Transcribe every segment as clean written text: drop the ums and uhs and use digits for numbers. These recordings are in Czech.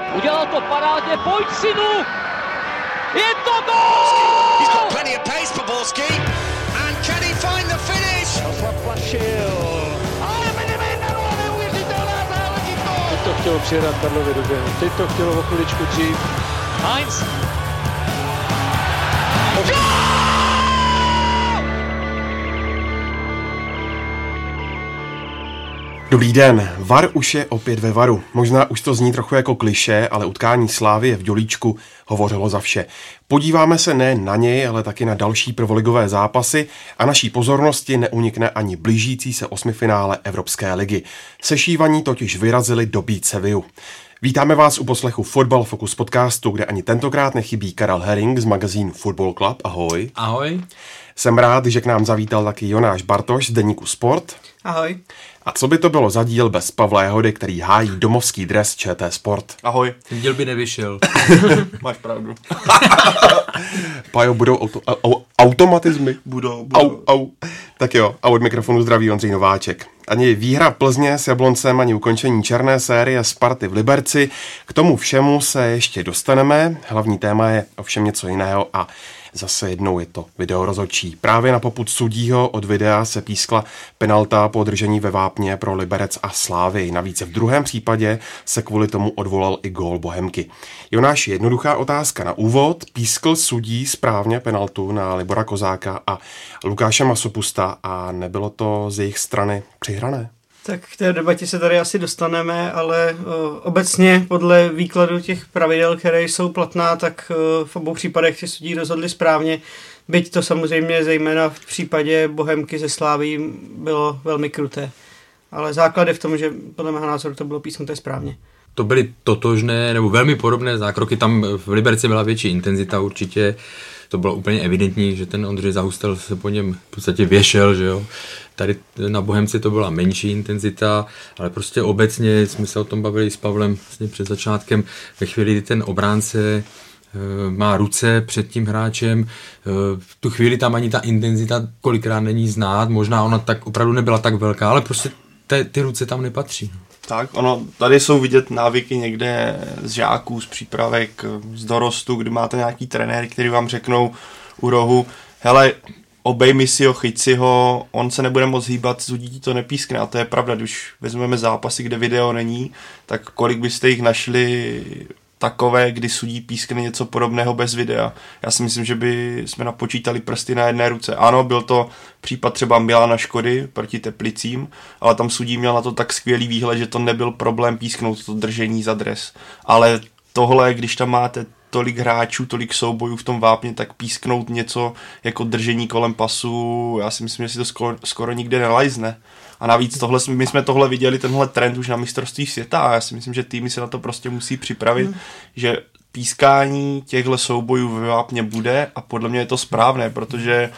Udělal to parádně, pojď synu! Je to gól! He's got plenty of pace for Borski. And can he find the finish? Ale Medemena, neuvěřitelná záležitost! Teď to chtělo přijedat Karlově do běhu, teď to chtělo o chviličku dřív. Heinz! Dobrý den, VAR už je opět ve VARu. Možná už to zní trochu jako klišé, ale utkání Slávie v Dělíčku hovořilo za vše. Podíváme se ne na něj, ale taky na další prvoligové zápasy a naší pozornosti neunikne ani blížící se osmifinále Evropské ligy. Sešívaní totiž vyrazili do Beat Sevillu. Vítáme vás u poslechu Fotbal Focus podcastu, kde ani tentokrát nechybí Karel Herring z magazínu Football Club. Ahoj. Ahoj. Jsem rád, že k nám zavítal taky Jonáš Bartoš z deníku Sport. Ahoj. A co by to bylo za díl bez Pavla Jehody, který hájí domovský dres ČT Sport? Ahoj. Ten díl by nevyšel. Máš pravdu. Pajo, budou automatizmy? Budou. Au. Tak jo, a od mikrofonu zdraví Ondřej Nováček. Ani výhra Plzně s Jabloncem, ani ukončení černé série Sparty v Liberci. K tomu všemu se ještě dostaneme. Hlavní téma je ovšem něco jiného a zase jednou je to video rozhodčí. Právě na popud sudího od videa se pískla penalta po držení ve vápně pro Liberec a Slávy. Navíc v druhém případě se kvůli tomu odvolal i gól Bohemky. Jonáš, jednoduchá otázka na úvod. Pískl sudí správně penaltu na Libora Kozáka a Lukáše Masopusta a nebylo to z jejich strany přihrané? Tak k té debatě se tady asi dostaneme, ale obecně podle výkladu těch pravidel, které jsou platná, tak v obou případech ti sudí rozhodli správně. Byť to samozřejmě zejména v případě Bohemky ze Sláví bylo velmi kruté. Ale základ je v tom, že podle mého názoru to bylo písknuté správně. To byly totožné nebo velmi podobné zákroky, tam v Liberci byla větší intenzita určitě. To bylo úplně evidentní, že ten Ondřej Zahustel se po něm v podstatě věšel, že jo. Tady na Bohemci to byla menší intenzita, ale prostě obecně jsme se o tom bavili s Pavlem vlastně před začátkem. Ve chvíli, kdy ten obránce má ruce před tím hráčem, v tu chvíli tam ani ta intenzita kolikrát není znát, možná ona tak opravdu nebyla tak velká, ale prostě ty ruce tam nepatří. Tak, tady jsou vidět návyky někde z žáků, z přípravek, z dorostu, kdy máte nějaký trenér, který vám řeknou u rohu, hele, obejmi si ho, chyť si ho, on se nebude moc hýbat, sudí ti to nepískne. A to je pravda, když vezmeme zápasy, kde video není, tak kolik byste jich našli takové, kdy sudí pískne něco podobného bez videa. Já si myslím, že by jsme napočítali prsty na jedné ruce. Ano, byl to případ třeba Milana Škody proti Teplicím, ale tam sudí měl na to tak skvělý výhled, že to nebyl problém písknout to držení za dres. Ale tohle, když tam máte tolik hráčů, tolik soubojů v tom vápně, tak písknout něco jako držení kolem pasu, já si myslím, že si to skoro nikde nelajzne. A navíc my jsme tohle viděli, tenhle trend už na mistrovství světa a já si myslím, že týmy se na to prostě musí připravit, že pískání těchto soubojů ve vápně bude a podle mě je to správné, protože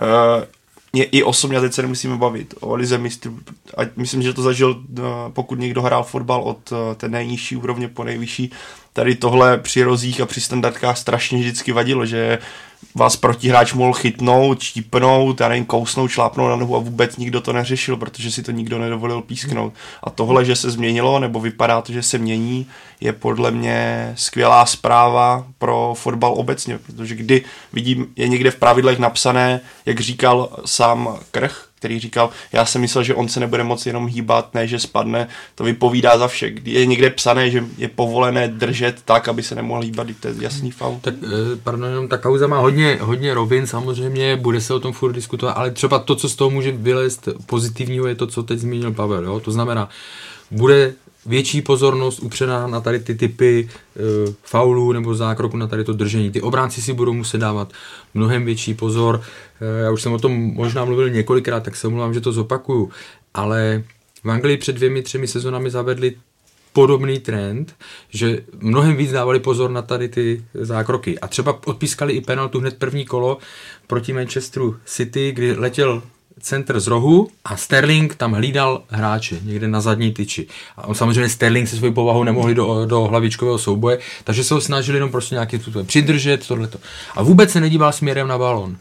i osobně, teď se nemusíme bavit o lize mistrů, a myslím, že to zažil, pokud někdo hrál fotbal od té nejnižší úrovně po nejvyšší, tady tohle při rozích a při standardkách strašně vždycky vadilo, že vás protihráč mohl chytnout, štípnout, já nevím, kousnout, šlápnout na nohu a vůbec nikdo to neřešil, protože si to nikdo nedovolil písknout. A tohle, že se změnilo, nebo vypadá to, že se mění, je podle mě skvělá zpráva pro fotbal obecně, protože kdy vidím, je někde v pravidlech napsané, jak říkal sám Krch, který říkal, já jsem myslel, že on se nebude moc jenom hýbat, ne, že spadne, to vypovídá za vše. Je někde psané, že je povolené držet tak, aby se nemohl hýbat, to je jasný faul. Tak, pardon, jenom ta kauza má hodně rovin, samozřejmě, bude se o tom furt diskutovat, ale třeba to, co z toho může vylézt pozitivního, je to, co teď zmínil Pavel, jo? To znamená, bude větší pozornost upřená na tady ty typy faulů nebo zákroku, na tady to držení. Ty obránci si budou muset dávat mnohem větší pozor. Já už jsem o tom možná mluvil několikrát, tak se omlouvám, že to zopakuju. Ale v Anglii před 2-3 sezonami zavedli podobný trend, že mnohem víc dávali pozor na tady ty zákroky. A třeba odpískali i penaltu hned první kolo proti Manchesteru City, kdy letěl centr z rohu a Sterling tam hlídal hráče někde na zadní tyči. A on samozřejmě Sterling se svojí povahou nemohli do hlavičkového souboje, takže se ho snažili jenom prostě nějakým způsobem přidržet tohleto. A vůbec se nedíval směrem na balón.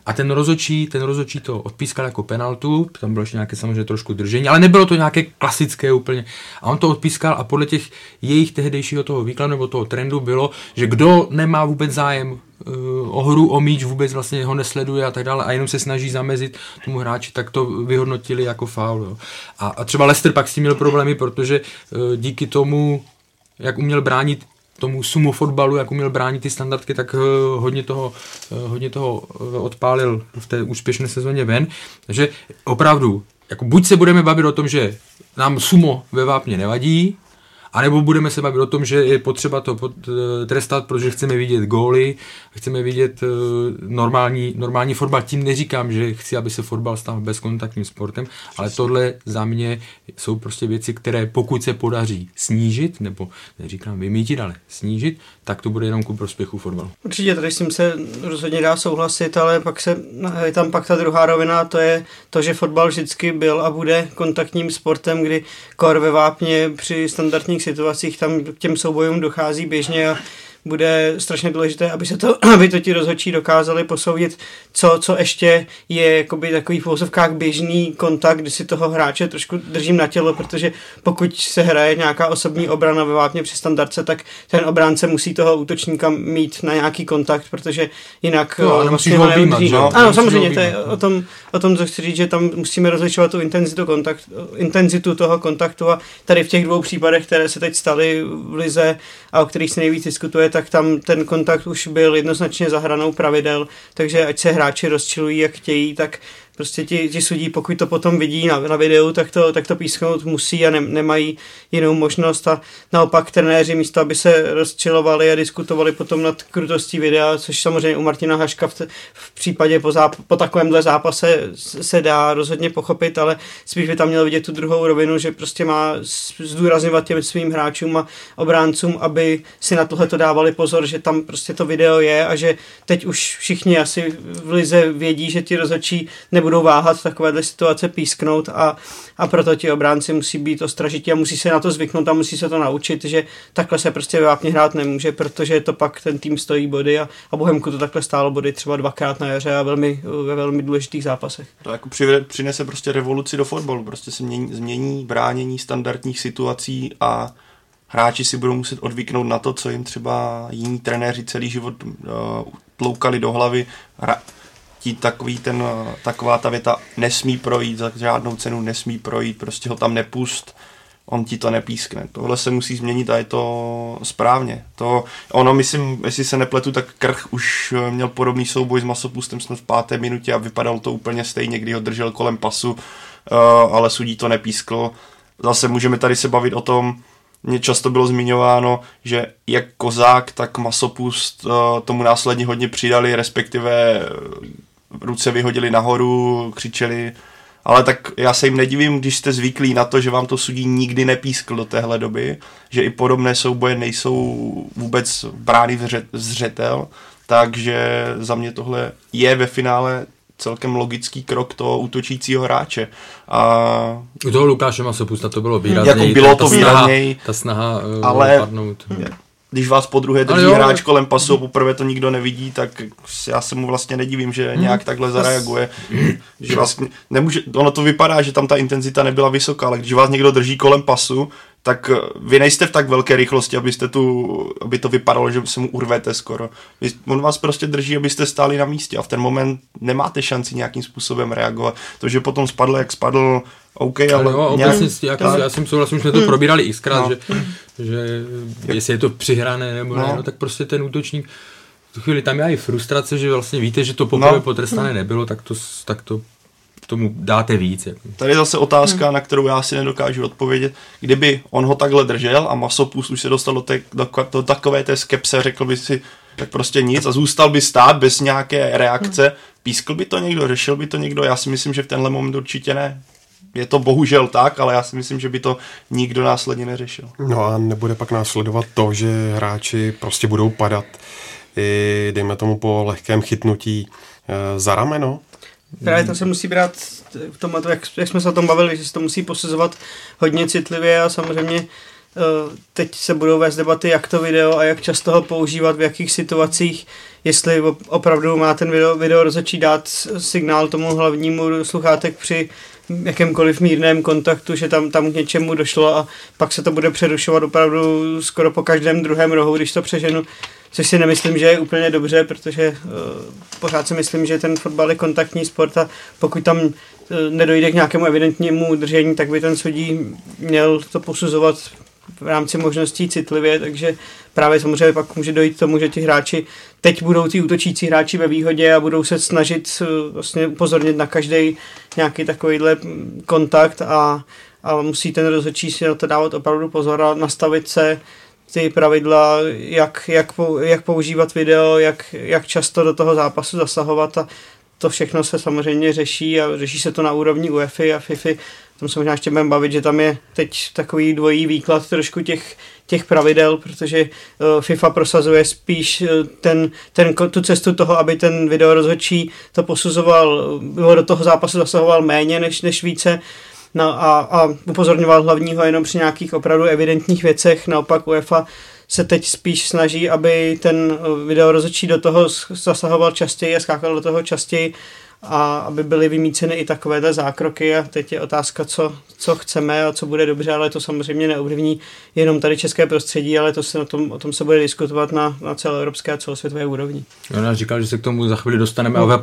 A ten rozhodčí to odpískal jako penaltu, tam bylo ještě nějaké samozřejmě trošku držení, ale nebylo to nějaké klasické úplně. A on to odpískal a podle těch jejich tehdejšího toho výkladu nebo toho trendu bylo, že kdo nemá vůbec zájem o hru, o míč, vůbec vlastně ho nesleduje a tak dále a jenom se snaží zamezit tomu hráči, tak to vyhodnotili jako faul. Jo. A třeba Leicester pak s tím měl problémy, protože díky tomu, jak uměl bránit tomu sumo fotbalu, jak uměl bránit ty standardky, tak hodně toho odpálil v té úspěšné sezóně ven. Takže opravdu, jako buď se budeme bavit o tom, že nám sumo ve vápně nevadí, anebo budeme se bavit o tom, že je potřeba to trestat, protože chceme vidět góly, chceme vidět normální fotbal. Tím neříkám, že chci, aby se fotbal stal bezkontaktním sportem, ale tohle za mě jsou prostě věci, které pokud se podaří snížit, nebo neříkám vymítit, ale snížit, tak to bude jenom ku prospěchu fotbalu. Určitě tady s tím se rozhodně dá souhlasit, ale je tam pak ta druhá rovina, to je to, že fotbal vždycky byl a bude kontaktním sportem, kdy kor ve vápně při standardních situacích tam k těm soubojům dochází běžně a bude strašně důležité, aby to ti rozhodčí dokázali posoudit, co ještě je jakoby takový v uvozovkách běžný kontakt, kdy si toho hráče trošku držím na tělo, protože pokud se hraje nějaká osobní obrana ve vápně při standardce, tak ten obránce musí toho útočníka mít na nějaký kontakt, protože jinak musíš ho objímat, že? Ano, samozřejmě, to je o tom, co chci říct, že tam musíme rozlišovat tu intenzitu toho kontaktu a tady v těch dvou případech, které se teď staly v lize a o kterých se nejvíc diskutuje, tak tam ten kontakt už byl jednoznačně za hranou pravidel, takže ať se hráči rozčilují, jak chtějí, tak prostě ti sudí, pokud to potom vidí na videu, tak to písknout musí a nemají jinou možnost a naopak trenéři místo, aby se rozčilovali a diskutovali potom nad krutostí videa, což samozřejmě u Martina Haška v případě po takovémhle zápase se dá rozhodně pochopit, ale spíš by tam měl vidět tu druhou rovinu, že prostě má zdůrazňovat těm svým hráčům a obráncům, aby si na tohle to dávali pozor, že tam prostě to video je a že teď už všichni asi v lize vědí, že ti rozhodčí nebudou váhat takovéhle situace písknout a proto ti obránci musí být ostražití a musí se na to zvyknout a musí se to naučit, že takhle se prostě ve vápně hrát nemůže, protože to pak ten tým stojí body a Bohemku to takhle stálo body třeba 2krát na jaře a ve velmi důležitých zápasech. To jako přinese prostě revoluci do fotbalu, prostě se změní bránění standardních situací a hráči si budou muset odvyknout na to, co jim třeba jiní trenéři celý život tloukali do hlavy. Taková ta věta nesmí projít, za žádnou cenu nesmí projít, prostě ho tam nepust, on ti to nepískne. Tohle se musí změnit a je to správně. Myslím, jestli se nepletu, tak Krch už měl podobný souboj s Masopustem snad v 5. minutě a vypadalo to úplně stejně, kdy ho držel kolem pasu, ale sudí to nepískl. Zase můžeme tady se bavit o tom, mně často bylo zmiňováno, že jak Kozák, tak Masopust tomu následně hodně přidali, respektive ruce vyhodili nahoru, křičeli, ale tak já se jim nedivím, když jste zvyklí na to, že vám to sudí nikdy nepískl do téhle doby, že i podobné souboje nejsou vůbec brány v zřetel, takže za mě tohle je ve finále celkem logický krok toho útočícího hráče. U toho Lukáše Masopusta to bylo výrazněji. Jako bylo to výrazněji. Ta snaha padnout. Když vás po druhé drží hráč kolem pasu a poprvé to nikdo nevidí, tak já se mu vlastně nedivím, že nějak takhle zareaguje. Že vlastně nemůže, ono to vypadá, že tam ta intenzita nebyla vysoká, ale když vás někdo drží kolem pasu, tak vy nejste v tak velké rychlosti, aby to vypadalo, že se mu urvete skoro. On vás prostě drží, abyste stáli na místě a v ten moment nemáte šanci nějakým způsobem reagovat. To, že potom spadl, jak spadl, OK, ale já jsem souhlasím, že jsme to probírali xkrát, že jestli je to přihrané nebo ne, no tak prostě ten útočník v tu chvíli tam je i frustrace, že vlastně víte, že to poprvé potrestané nebylo, tak to tomu dáte víc. Jako. Tady je zase otázka, na kterou já si nedokážu odpovědět. Kdyby on ho takhle držel a Masopust už se dostal do takové té skepse, řekl by si, tak prostě nic a zůstal by stát bez nějaké reakce, pískl by to někdo, řešil by to někdo, já si myslím, že v tenhle moment určitě ne. Je to bohužel tak, ale já si myslím, že by to nikdo následně neřešil. No a nebude pak následovat to, že hráči prostě budou padat i, dejme tomu, po lehkém chytnutí za rameno. Právě to se musí brát v tom, jak jsme se o tom bavili, že se to musí posuzovat hodně citlivě a samozřejmě teď se budou vést debaty, jak to video a jak často ho používat, v jakých situacích, jestli opravdu má ten video rozhodčí dát signál tomu hlavnímu sluchátek při jakémkoliv mírném kontaktu, že tam k něčemu došlo a pak se to bude přerušovat opravdu skoro po každém druhém rohu, když to přeženu, což si nemyslím, že je úplně dobře, protože pořád si myslím, že ten fotbal je kontaktní sport a pokud tam nedojde k nějakému evidentnímu držení, tak by ten sudí měl to posuzovat v rámci možností citlivě, takže právě samozřejmě pak může dojít k tomu, že ti hráči teď budou ty útočící hráči ve výhodě a budou se snažit vlastně upozornit na každý nějaký takovýhle kontakt a musí ten rozhodčí si na to dávat opravdu pozor a nastavit se ty pravidla, jak používat video, jak často do toho zápasu zasahovat a to všechno se samozřejmě řeší a řeší se to na úrovni UEFA a FIFA. Tam se možná ještě budeme bavit, že tam je teď takový dvojí výklad trošku těch pravidel, protože FIFA prosazuje spíš tu cestu toho, aby ten video rozhodčí to posuzoval, do toho zápasu zasahoval méně než více. No a upozorňoval hlavního jenom při nějakých opravdu evidentních věcech. Naopak UEFA se teď spíš snaží, aby ten video rozhodčí do toho zasahoval častěji a skákal do toho častěji a aby byly vymýceny i takovéhle zákroky a teď je otázka, co chceme a co bude dobře, ale to samozřejmě neovlivní jenom tady české prostředí, ale to se o tom se bude diskutovat na celoevropské a celosvětové úrovni. Ona říkal, že se k tomu za chvíli dostaneme a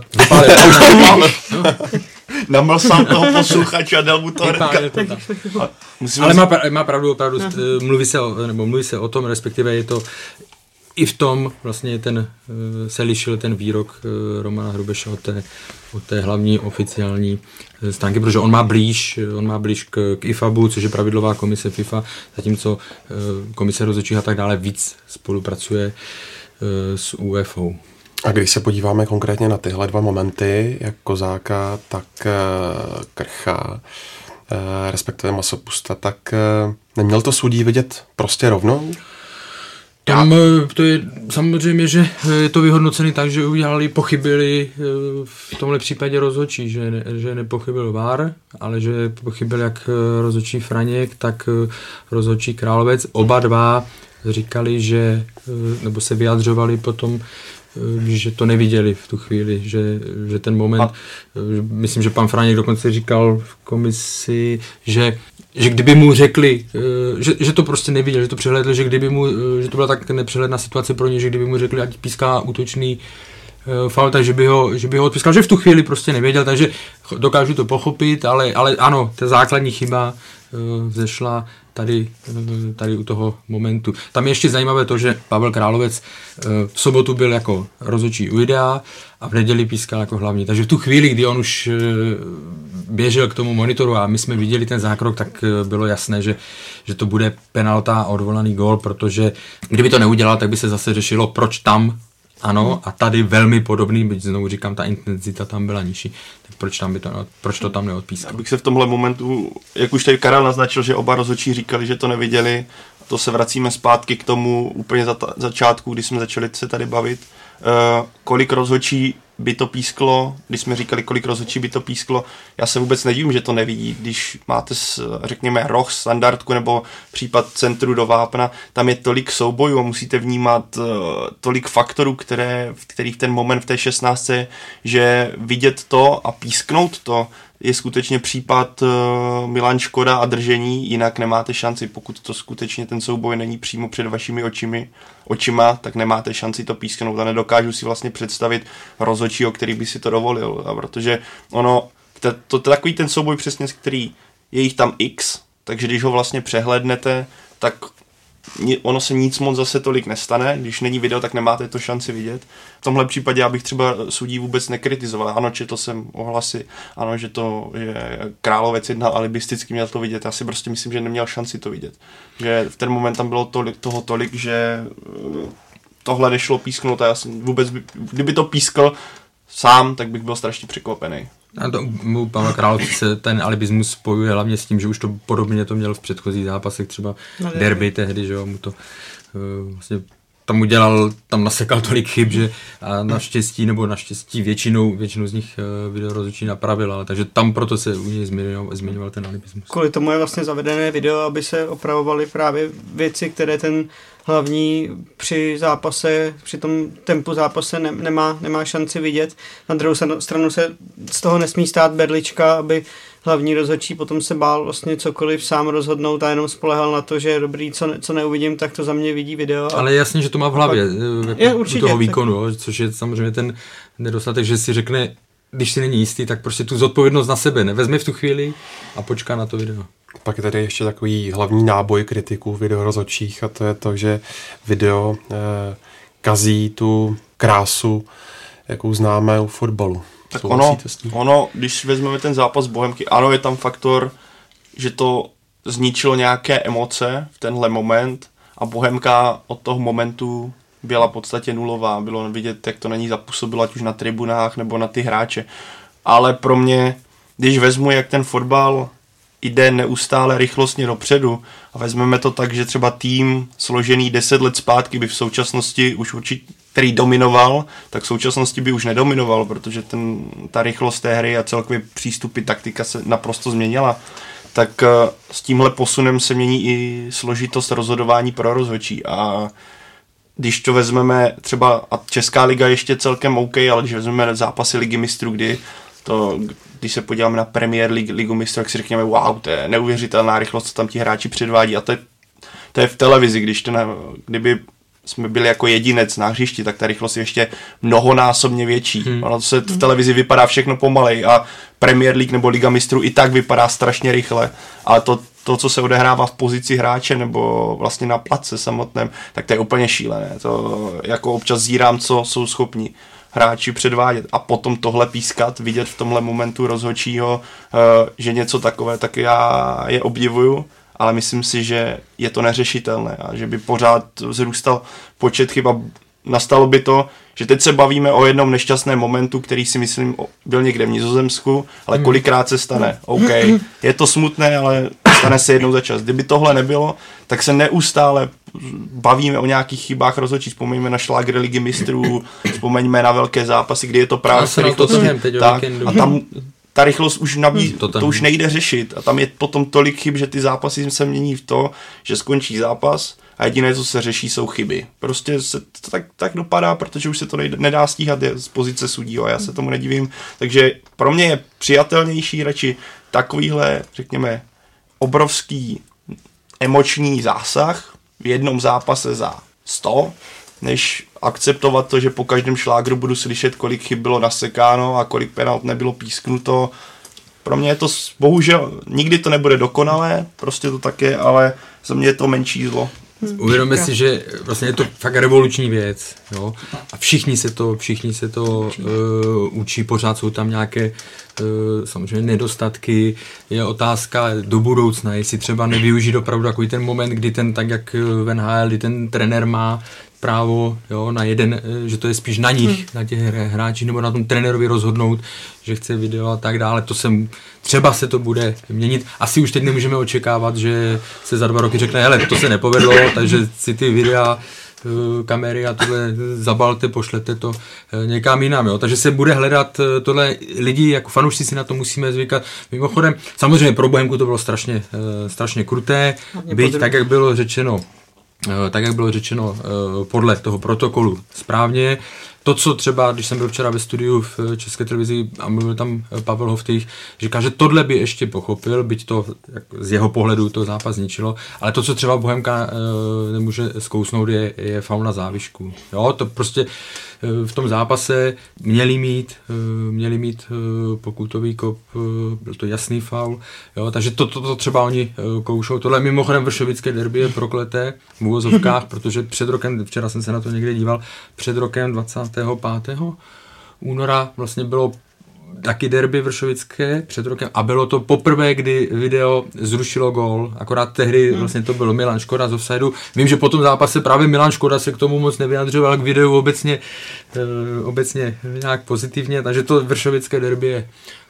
naml sám toho posluchače a dal mu to hnedka. Ale má pravdu, opravdu mluví se o tom, respektive je to i v tom vlastně se lišil ten výrok Romana Hrubeše od té hlavní oficiální stránky, protože on má blíž k IFABu, což je pravidlová komise FIFA, zatímco komise rozhodčích a tak dále víc spolupracuje s UEFou. A když se podíváme konkrétně na tyhle dva momenty, jak Kozáka, tak Krcha, respektive Masopusta, tak neměl to sudí vidět prostě rovnou? Tam to je samozřejmě, že je to vyhodnocený tak, že pochybili v tomhle případě rozhodčí, že nepochybil VAR, ale že pochybil jak rozhodčí Franěk, tak rozhodčí Královec. Oba dva říkali, nebo se vyjadřovali potom, že to neviděli v tu chvíli, že ten moment, myslím, že pan Franěk dokonce říkal v komisi, že kdyby mu řekli, že to prostě neviděl, že to přehlédl, že to byla tak nepřehledná situace pro ně, že kdyby mu řekli, ať píská útočný faul, takže by ho odpískal, že v tu chvíli prostě nevěděl, takže dokážu to pochopit, ale ano, ta základní chyba vzešla tady u toho momentu. Tam je ještě zajímavé to, že Pavel Královec v sobotu byl jako rozhodčí u IDEA a v neděli pískal jako hlavní. Takže v tu chvíli, kdy on už běžel k tomu monitoru a my jsme viděli ten zákrok, tak bylo jasné, že to bude penalta a odvolaný gól, protože kdyby to neudělal, tak by se zase řešilo, proč tam ano, a tady velmi podobný, byť znovu říkám, ta intenzita tam byla nižší, tak proč to tam neodpískal? Abych se v tomhle momentu, jak už tady Karel naznačil, že oba rozhodčí říkali, že to neviděli, to se vracíme zpátky k tomu úplně začátku, kdy jsme začali se tady bavit, kolik rozhodčí by to písklo, když jsme říkali, kolik rozhodčí by to písklo, já se vůbec nedivím, že to nevidí, když máte, řekněme, roh, standardku nebo případ centru do vápna, tam je tolik soubojů a musíte vnímat tolik faktorů, který v ten moment v té 16, že vidět to a písknout to je skutečně případ Milan Škoda a držení, jinak nemáte šanci, pokud to skutečně ten souboj není přímo před vašimi očima, tak nemáte šanci to písknout a nedokážu si vlastně představit rozhodčího, který by si to dovolil, a protože to je takový ten souboj přesně, z který je jich tam x, takže když ho vlastně přehlédnete, tak ono se nic moc zase tolik nestane, když není video, tak nemáte to šanci vidět. V tomhle případě já bych třeba sudí vůbec nekritizoval. Ano, četl jsem ohlasy, ano, že to je Královec jednal alibisticky, měl to vidět. Já si prostě myslím, že neměl šanci to vidět. Že v ten moment tam bylo tolik, že tohle nešlo písknout a já jsem vůbec, kdyby to pískal sám, tak bych byl strašně překvapený. A to Pavel Královec se ten alibismus spojuje hlavně s tím, že už to podobně to měl v předchozích zápasech, třeba derby tehdy, že jo, mu to vlastně tam nasekal tolik chyb, že a naštěstí většinou z nich video rozhodčí napravil, ale takže tam proto se u něj zmiňoval ten alibismus. Kvůli tomu je vlastně zavedené video, aby se opravovaly právě věci, které ten hlavní při zápase, při tom tempu zápase nemá šanci vidět. Na druhou stranu se z toho nesmí stát berlička, aby hlavní rozhodčí potom se bál vlastně cokoliv sám rozhodnout a jenom spolehal na to, že je dobrý, co neuvidím, tak to za mě vidí video. Ale jasně, že to má v hlavě určitě, toho výkonu, tak... což je samozřejmě ten nedostatek, že si řekne, když si není jistý, tak prostě tu zodpovědnost na sebe nevezme v tu chvíli a počká na to video. Pak je tady ještě takový hlavní náboj kritiků videorozhodčích a to je to, že video kazí tu krásu, jakou známe u fotbalu. Tak ono, když vezmeme ten zápas Bohemky, ano, je tam faktor, že to zničilo nějaké emoce v tenhle moment a Bohemka od toho momentu byla v podstatě nulová. Bylo vidět, jak to není zapůsobilo, ať už na tribunách nebo na ty hráče. Ale pro mě, když vezmu, jak ten fotbal jde neustále rychlostně dopředu a vezmeme to tak, že třeba tým složený 10 let zpátky by v současnosti už určitě, který dominoval, tak v současnosti by už nedominoval, protože ta rychlost té hry a celkově přístupy, taktika se naprosto změnila. Tak s tímhle posunem se mění i složitost rozhodování pro rozhodčí a když to vezmeme třeba, a Česká liga ještě celkem OK, ale když vezmeme zápasy Ligy mistrů, když se podíváme na Premier League, Ligu mistrů, tak si řekněme, wow, to je neuvěřitelná rychlost, co tam ti hráči předvádí a to je v televizi, kdyby jsme byli jako jedinec na hřišti, tak ta rychlost je ještě mnohonásobně větší. Ono se v televizi vypadá všechno pomalej a Premier League nebo Liga mistrů i tak vypadá strašně rychle, ale to, co se odehrává v pozici hráče nebo vlastně na place samotném, tak to je úplně šílené. To jako občas zírám, co jsou schopni hráči předvádět a potom tohle pískat, vidět v tomhle momentu rozhodčího, že něco takové, tak já je obdivuju, ale myslím si, že je to neřešitelné a že by pořád zrůstal počet chyb a nastalo by to, že teď se bavíme o jednom nešťastném momentu, který si myslím byl někde v Nizozemsku, ale kolikrát se stane. OK, je to smutné, ale stane se jednou za čas. Kdyby tohle nebylo, tak se neustále bavíme o nějakých chybách rozhodčí. Vzpomeňme na šlágr Ligy mistrů, vzpomeňme na velké zápasy, kdy je to právě a tam ta rychlost už to už nejde řešit a tam je potom tolik chyb, že ty zápasy se mění v to, že skončí zápas a jediné, co se řeší, jsou chyby. Prostě se to tak dopadá, protože už se to nedá stíhat z pozice sudího a já se tomu nedivím. Takže pro mě je přijatelnější radši takovýhle, řekněme, obrovský emoční zásah v jednom zápase za 100, než akceptovat to, že po každém šlágru budu slyšet, kolik chyb bylo nasekáno a kolik penalt nebylo písknuto. Pro mě je to, bohužel, nikdy to nebude dokonalé, prostě to tak je, ale za mě je to menší zlo. Uvědomme si, že vlastně je to fakt revoluční věc, jo? A všichni se to učí, pořád jsou tam nějaké samozřejmě nedostatky, je otázka do budoucna, jestli třeba nevyužít opravdu takový ten moment, kdy ten, tak jak v NHL, kdy ten trenér má právo, jo, na jeden, že to je spíš na nich, na těch hráčích, nebo na tom trenérovi rozhodnout, že chce video a tak dále. Třeba se to bude měnit. Asi už teď nemůžeme očekávat, že se za 2 roky řekne, hele, to se nepovedlo, takže si ty videa, kamery a tohle zabalte, pošlete to někam jinam. Jo. Takže se bude hledat tohle lidi, jako fanoušci si na to musíme zvykat. Mimochodem, samozřejmě pro Bohemku to bylo strašně kruté, byť tak, jak bylo řečeno podle toho protokolu správně. To, co třeba, když jsem byl včera ve studiu v České televizi a mluvil tam Pavel Hoftych, říká, že tohle by ještě pochopil, byť to z jeho pohledu to zápas zničilo, ale to, co třeba Bohemka nemůže zkousnout, je faul na závišku. Jo, to prostě v tom zápase měli mít pokutový kop, byl to jasný faul, jo, takže to třeba oni koušou. Tohle mimochodem vršovické derby je prokleté v uvozovkách, protože před rokem, včera jsem se na to někde díval, před rokem 25. února vlastně bylo taky derby vršovické před rokem a bylo to poprvé, kdy video zrušilo gól, akorát tehdy vlastně to bylo Milan Škoda z offsideu. Vím, že po tom zápase právě Milan Škoda se k tomu moc nevyjadřoval, k videu obecně nějak pozitivně, takže to vršovické derby je v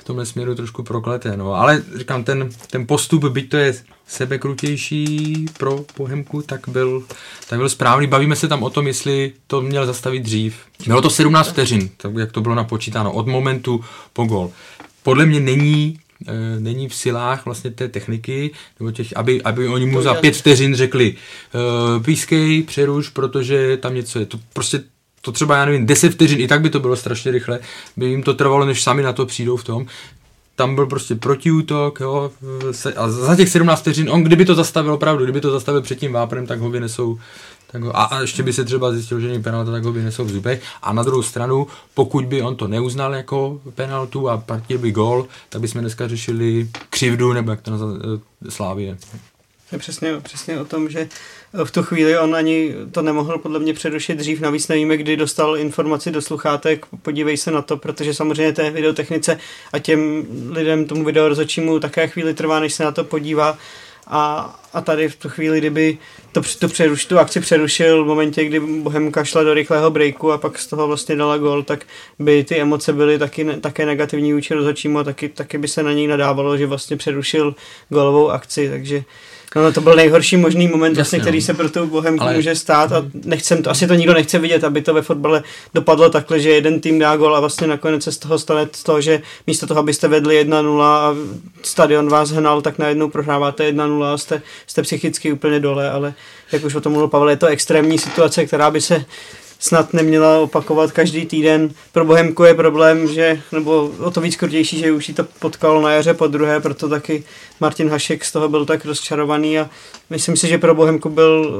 tomhle směru trošku prokleté, no. Ale říkám, ten postup, byť to je sebekrutější pro Bohemku, tak byl správný. Bavíme se tam o tom, jestli to měl zastavit dřív. Bylo to 17 vteřin, tak jak to bylo napočítáno, od momentu po gól. Podle mě není v silách vlastně té techniky, nebo aby oni mu za 5 vteřin řekli pískej, přeruš, protože tam něco je. To třeba, já nevím, 10 vteřin, i tak by to bylo strašně rychle, by jim to trvalo, než sami na to přijdou v tom. Tam byl prostě protiútok, jo, a za těch 17 vteřin, on kdyby to zastavil opravdu, kdyby to zastavil před tím Váprem, tak ho vynesou, a ještě by se třeba zjistil, že není penalta, tak ho vynesou v zubech. A na druhou stranu, pokud by on to neuznal jako penaltu a platil by gól, tak bychom dneska řešili křivdu, nebo jak to nazvat, Slávie. Je přesně o tom, že v tu chvíli on ani to nemohl podle mě přerušit dřív, navíc nevíme, kdy dostal informaci do sluchátek, podívej se na to, protože samozřejmě té videotechnice a těm lidem, tomu videorozhodčímu také chvíli trvá, než se na to podívá a tady v tu chvíli, kdyby tu akci přerušil v momentě, kdy Bohemka šla do rychlého breaku a pak z toho vlastně dala gól, tak by ty emoce byly také negativní vůči rozhodčímu a taky by se na něj nadávalo, že vlastně přerušil gólovou akci, takže no, to byl nejhorší možný moment, vlastně, který se pro tu Bohemku může stát a asi to nikdo nechce vidět, aby to ve fotbale dopadlo takhle, že jeden tým dá gól a vlastně nakonec se z toho stane to, že místo toho, abyste vedli 1-0 a stadion vás hnal, tak najednou prohráváte 1-0 a jste psychicky úplně dole, ale jak už o tom mluvil Pavel, je to extrémní situace, která by se snad neměla opakovat každý týden. Pro Bohemku je problém, nebo o to víc krutější, že už jí to potkalo na jaře podruhé, proto taky Martin Hašek z toho byl tak rozčarovaný a myslím si, že pro Bohemku byl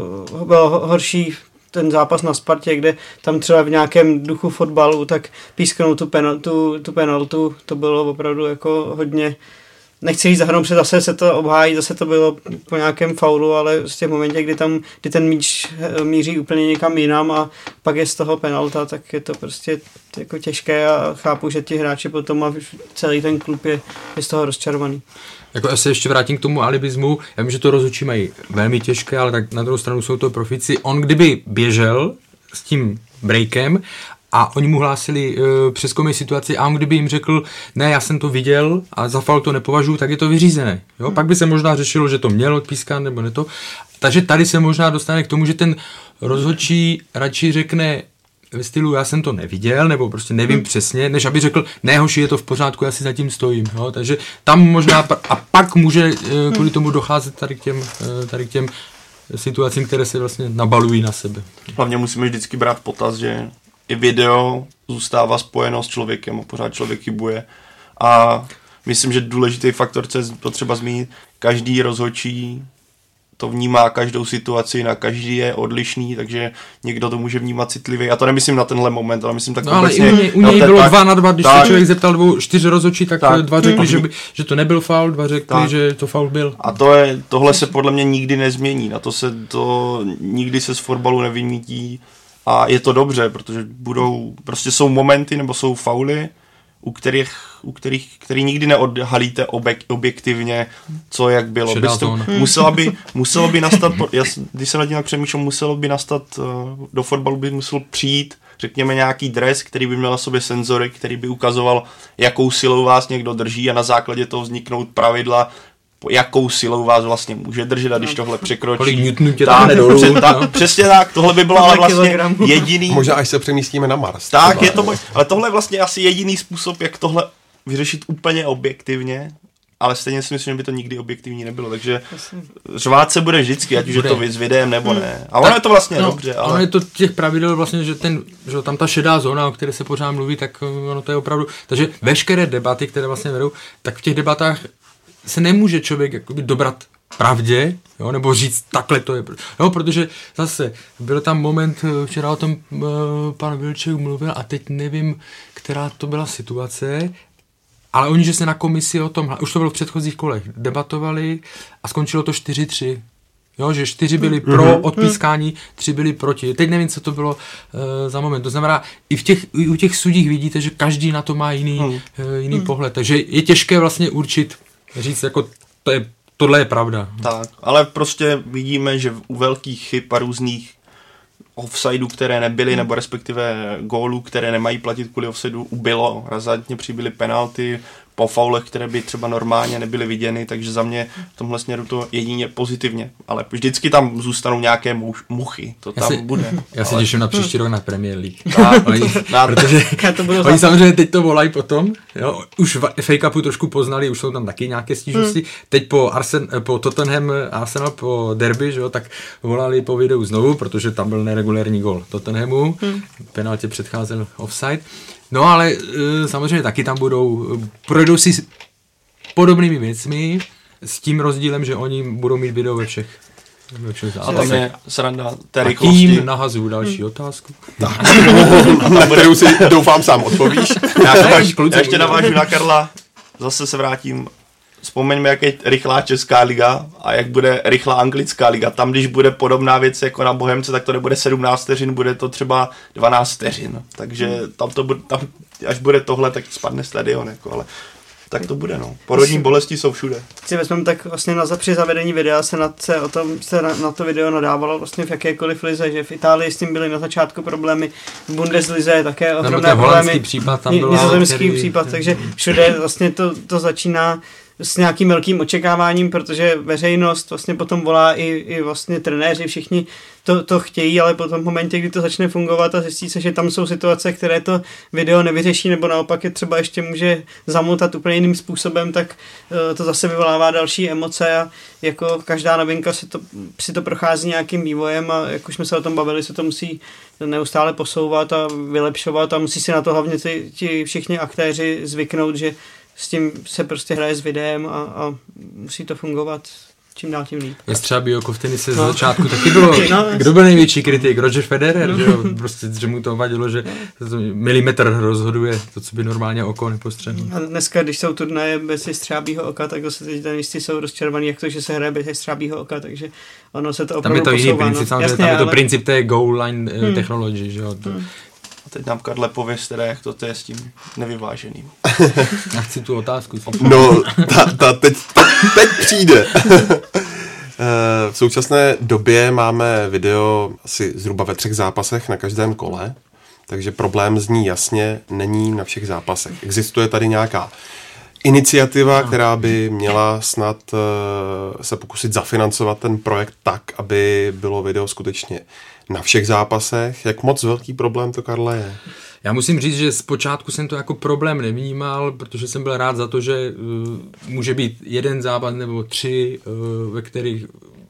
horší ten zápas na Spartě, kde tam třeba v nějakém duchu fotbalu tak písknou tu penaltu, to bylo opravdu jako hodně. Nechci jít zahrnout, protože zase se to obhájí, zase to bylo po nějakém faulu, ale v těch momentě, kdy ten míč míří úplně někam jinam a pak je z toho penalta, tak je to prostě jako těžké a chápu, že ti hráči potom a celý ten klub je z toho rozčarovaný. Jako já se ještě vrátím k tomu alibismu, já vím, že to rozhodčí mají velmi těžké, ale tak na druhou stranu jsou to profici. On kdyby běžel s tím breakem a oni mu hlásili přezkoumej situaci a on kdyby jim řekl, ne, já jsem to viděl a za faul to nepovažuji, tak je to vyřízené. Jo? Pak by se možná řešilo, že to mělo odpískat nebo ne to. Takže tady se možná dostane k tomu, že ten rozhodčí radši řekne ve stylu, já jsem to neviděl, nebo prostě nevím přesně, než aby řekl, ne hoši, je to v pořádku, já si za tím stojím. Jo? Takže tam možná, a pak může kvůli tomu docházet tady k těm situacím, které se vlastně nabalují na sebe. Hlavně musíme vždycky brát v potaz, že i video zůstává spojeno s člověkem a pořád člověk chybuje. A myslím, že důležitý faktor, co je potřeba zmínit, každý rozhodčí to vnímá každou situaci, na každý je odlišný, takže někdo to může vnímat citlivě. A to nemyslím na tenhle moment, ale myslím tak obecně. Ale u něj bylo 2-2, když se člověk zeptal 4 rozhodčí, tak 2 řekli, že to nebyl faul, 2 řekli, že to faul byl. A tohle se podle mě nikdy nezmění, na to nikdy se z fotbalu nevymítí. A je to dobře, protože prostě jsou momenty nebo jsou fauly, který nikdy neodhalíte objektivně, co jak bylo. Muselo by nastat, když jsem nad tím přemýšlel, muselo by nastat, do fotbalu by musel přijít, řekněme, nějaký dres, který by měl na sobě senzory, který by ukazoval, jakou silou vás někdo drží a na základě toho vzniknout pravidla, jakou silou vás vlastně může držet a když tohle překročí. Kolik newtonů tě dáme dolů. Přesně tak, tohle by bylo ale vlastně jediný. Možná až se přemístíme na Mars. Tak, je to, ale tohle je vlastně asi jediný způsob, jak tohle vyřešit úplně objektivně, ale stejně si myslím, že by to nikdy objektivní nebylo, takže řvát se bude vždycky, ať už je to s videem nebo ne. A ono je to vlastně dobře. Ale ono je to těch pravidel vlastně, že tam ta šedá zóna, o které se pořád mluví, tak ono to je opravdu, takže veškeré debaty, které vlastně vedou, tak v těch debatách se nemůže člověk jakoby dobrat pravdě, jo, nebo říct takhle to je. Jo, protože zase byl tam moment, včera o tom pan Vilček mluvil a teď nevím, která to byla situace, ale oni, že se na komisi o tom, už to bylo v předchozích kolech, debatovali a skončilo to 4-3. Jo, že 4 byli pro odpískání, 3 byli proti. Teď nevím, co to bylo za moment. To znamená, i u těch sudích vidíte, že každý na to má jiný pohled. Takže je těžké vlastně určit, říct, jako tohle je pravda. Tak, ale prostě vidíme, že u velkých chyb a různých offsidů, které nebyly, nebo respektive gólů, které nemají platit kvůli offsideu, ubylo. Razantně přibyly penalty po faulech, které by třeba normálně nebyly viděny, takže za mě v tomhle směru to jedině pozitivně. Ale vždycky tam zůstanou nějaké muchy, to tam bude. Já se těším na příští rok na Premier League. Protože oni samozřejmě teď to volají potom, jo, už v FA Cupu trošku poznali, už jsou tam taky nějaké stížnosti. Teď po Tottenham Arsenal po derby, že jo, tak volali po videu znovu, protože tam byl neregulérní gól Tottenhamu, penaltě předcházel offside. No ale samozřejmě taky tam projdou si s podobnými věcmi, s tím rozdílem, že oni budou mít video ve všech zápasech. A tam je sranda té rychlosti. A tím nahazuju další otázku. Na kterou si doufám sám odpovíš. Já ještě navážu na Karla, zase se vrátím. Vzpomeňme, jak je rychlá česká liga a jak bude rychlá anglická liga. Tam, když bude podobná věc jako na Bohemce, tak to nebude 17 vteřin, bude to třeba 12 vteřin. Takže tam až bude tohle, tak spadne stadion. Jako, ale tak to bude, no. Porodní bolesti jsou všude. Si vezmeme, tak vlastně při zavedení videa se na to video nadávalo vlastně v jakékoliv lize, že v Itálii s tím byly na začátku problémy, v Bundeslize také ohromné problémy, nizozemský případ, takže všude vlastně to začíná s nějakým velkým očekáváním, protože veřejnost vlastně potom volá i vlastně trenéři, všichni to chtějí, ale potom v momentě, kdy to začne fungovat a zjistí se, že tam jsou situace, které to video nevyřeší, nebo naopak je třeba ještě může zamotat úplně jiným způsobem, tak to zase vyvolává další emoce a jako každá novinka si to prochází nějakým vývojem a jak už jsme se o tom bavili, se to musí neustále posouvat a vylepšovat a musí si na to hlavně ti všichni aktéři zvyknout, že s tím se prostě hraje s videem a musí to fungovat čím dál tím líp. Třeba jako v tenise ze začátku taky bylo. Kdo byl největší kritik? Roger Federer, že jo? Prostě, že mu to vadilo, že milimetr rozhoduje to, co by normálně oko nepostřehnul. A dneska, když jsou turnaje bez střábího oka, tak zase teď tenisty jsou rozčarovaní, jak to, že se hraje bez střábího oka, takže ono se to opravdu posouvá. Tam je to jiný princip, samozřejmě, tam je to princip té goal line technology, že jo? A teď nám Karle pověz teda, jak to je s tím nevyváženým. Já chci tu otázku. No, teď přijde. V současné době máme video asi zhruba ve 3 zápasech na každém kole, takže problém zní jasně, není na všech zápasech. Existuje tady nějaká iniciativa, která by měla snad se pokusit zafinancovat ten projekt tak, aby bylo video skutečně na všech zápasech. Jak moc velký problém to, Karle, je? Já musím říct, že zpočátku jsem to jako problém nevnímal, protože jsem byl rád za to, že může být 1 zápas nebo 3, ve kterých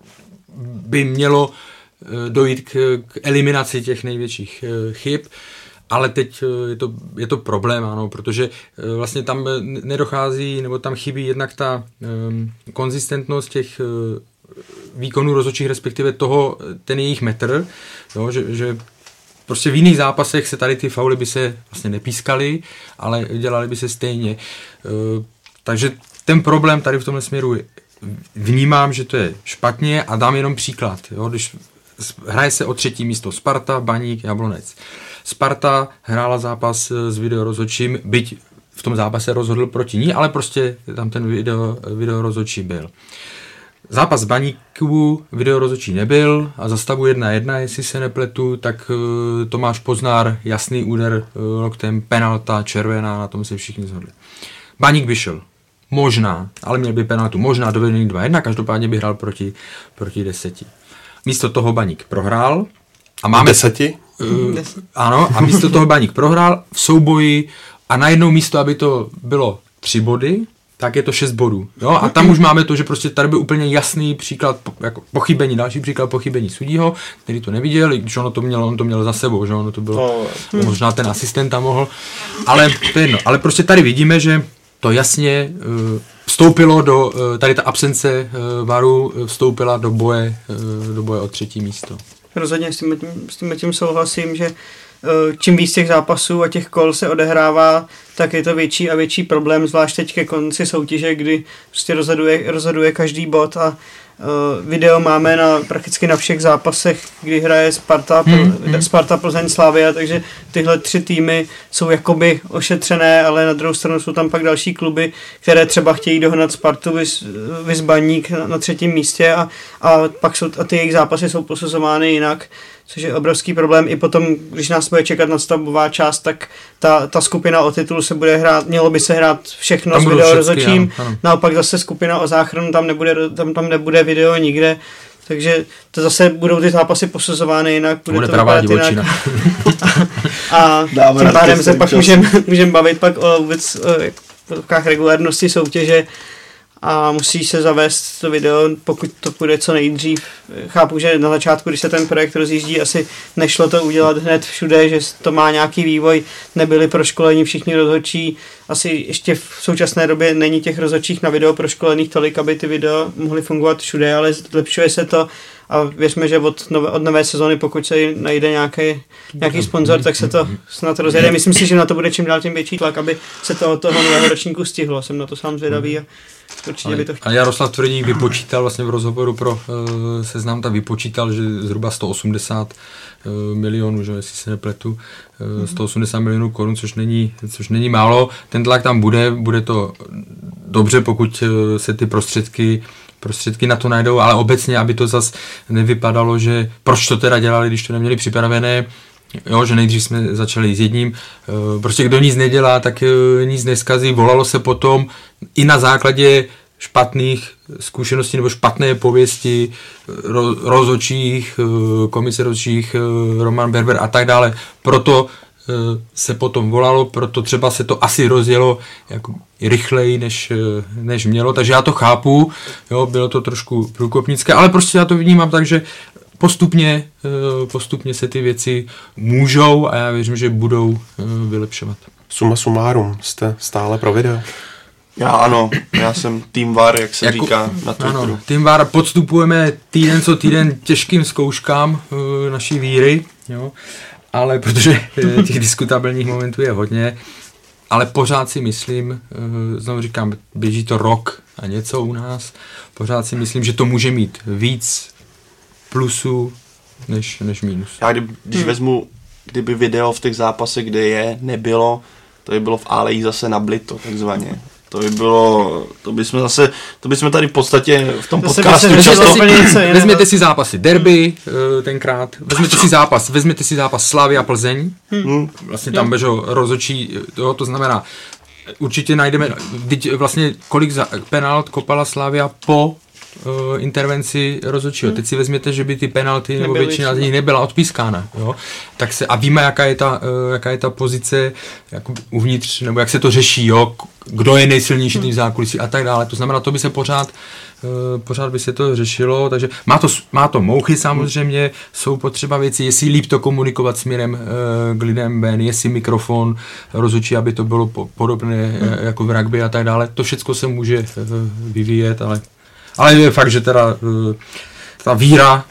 by mělo dojít k eliminaci těch největších chyb. Ale teď je to problém, ano, protože vlastně tam nedochází, nebo tam chybí jednak ta konzistentnost těch výkonů rozhodčích, respektive ten jejich metr, jo, že prostě v jiných zápasech se tady ty fauly by se vlastně nepískaly, ale dělaly by se stejně. Takže ten problém tady v tomhle směru vnímám, že to je špatně a dám jenom příklad. Jo, když hraje se o 3. místo Sparta, Baník, Jablonec. Sparta hrála zápas s videorozhodčím, byť v tom zápase rozhodl proti ní, ale prostě tam ten videorozhodčí byl. Zápas Baníku videorozhodčí nebyl a za stavu 1-1, jestli se nepletu, tak Tomáš Poznár, jasný úder loktem, penalta, červená, na tom se všichni shodli. Baník vyšel. Možná, ale měl by penaltu. Možná dovedení 2-1, každopádně by hrál proti 10. Místo toho Baník prohrál. A máme 10? Ano, a místo toho Baník prohrál v souboji a najednou místo, aby to bylo 3 body, tak je to 6 bodů. Jo? A tam už máme to, že prostě tady byl úplně jasný příklad jako pochybení, další příklad pochybení sudího, který to neviděl, když on to měl za sebou, že ono to bylo, možná ten asistent tam mohl, ale to je jedno. Ale prostě tady vidíme, že to jasně vstoupilo do, tady ta absence VARu vstoupila do boje o 3. místo. Rozhodně s tím souhlasím, že čím víc těch zápasů a těch kol se odehrává, tak je to větší a větší problém, zvlášť teď ke konci soutěže, kdy prostě rozhoduje každý bod a video máme prakticky na všech zápasech, kdy hraje Sparta, Plzeň, Slavia, takže tyhle 3 týmy jsou jakoby ošetřené, ale na druhou stranu jsou tam pak další kluby, které třeba chtějí dohnat Spartu, Baník na 3. místě a pak ty jejich zápasy jsou posuzovány jinak, což je obrovský problém. I potom, když nás bude čekat nadstavbová část, tak ta skupina o titul se bude hrát, mělo by se hrát všechno s video rozhodčím. Naopak zase skupina o záchranu, tam nebude video nikde. Takže to zase budou ty zápasy posuzovány jinak. Bude to pravá divočina. A tím pádem se pak můžeme bavit pak o vůbec regulérnosti soutěže a musí se zavést to video, pokud to půjde co nejdřív. Chápu, že na začátku, když se ten projekt rozjíždí, asi nešlo to udělat hned všude, že to má nějaký vývoj, nebyli proškolení všichni rozhodčí. Asi ještě v současné době není těch rozhodčích na video proškolených tolik, aby ty video mohly fungovat všude, ale zlepšuje se to a věřme, že od nové sezony, pokud se najde nějaký sponzor, tak se to snad rozjede. Myslím si, že na to bude čím dál tím větší tlak, aby se toho nového ročníku stihlo. Jsem na to sám zvědavý a určitě by to chtěl. A Jaroslav Tvrdík vypočítal vlastně v rozhovoru pro Seznam, tak vypočítal, že zhruba 180 milionů, že jestli se nepletu, 180 milionů korun, což není málo. Ten tlak tam bude to dobře, pokud se ty prostředky na to najdou, ale obecně, aby to zas nevypadalo, že proč to teda dělali, když to neměli připravené, jo, že nejdřív jsme začali s jedním, prostě kdo nic nedělá, tak nic neskazí, volalo se potom i na základě špatných zkušeností nebo špatné pověsti rozhodčích, komise rozhodčích, Roman Berber a tak dále, proto se potom volalo, proto třeba se to asi rozjelo jako rychleji, než mělo, takže já to chápu, jo, bylo to trošku průkopnické, ale prostě já to vnímám tak, že postupně se ty věci můžou a já věřím, že budou vylepšovat. Suma sumárum, jste stále pro video? Já jsem Team VAR, jak se říká na Twitteru. Ano, Team VAR, podstupujeme týden co týden těžkým zkouškám naší víry, jo. Ale protože těch diskutabilních momentů je hodně, ale pořád si myslím, znovu říkám, běží to rok a něco u nás, pořád si myslím, že to může mít víc plusů než mínus. Já když vezmu, kdyby video v těch zápasech, kde nebylo, to by bylo v Aleji zase nablito, takzvaně. To bychom tady v podstatě v tom podcastu vezměte si zápasy derby tenkrát, vezměte si zápas Slavia Plzeň, vlastně tam bežo rozhodčí, to znamená, určitě najdeme, vlastně kolik penalt kopala Slavia po intervenci rozhodčího. Teď si vezměte, že by ty penalty nebo většina z nich nebyla odpískána. Jo? Tak se, a víme, jaká je ta pozice jako uvnitř, nebo jak se to řeší, jo? Kdo je nejsilnější tým zákulisí a tak dále. To znamená, to by se pořád by se to řešilo, takže má to mouchy samozřejmě, jsou potřeba věci, jestli líp to komunikovat směrem k lidem ven, jestli mikrofon rozhodčí, aby to bylo podobné jako v rugby a tak dále. To všechno se může vyvíjet, ale je fakt, že teda ta víra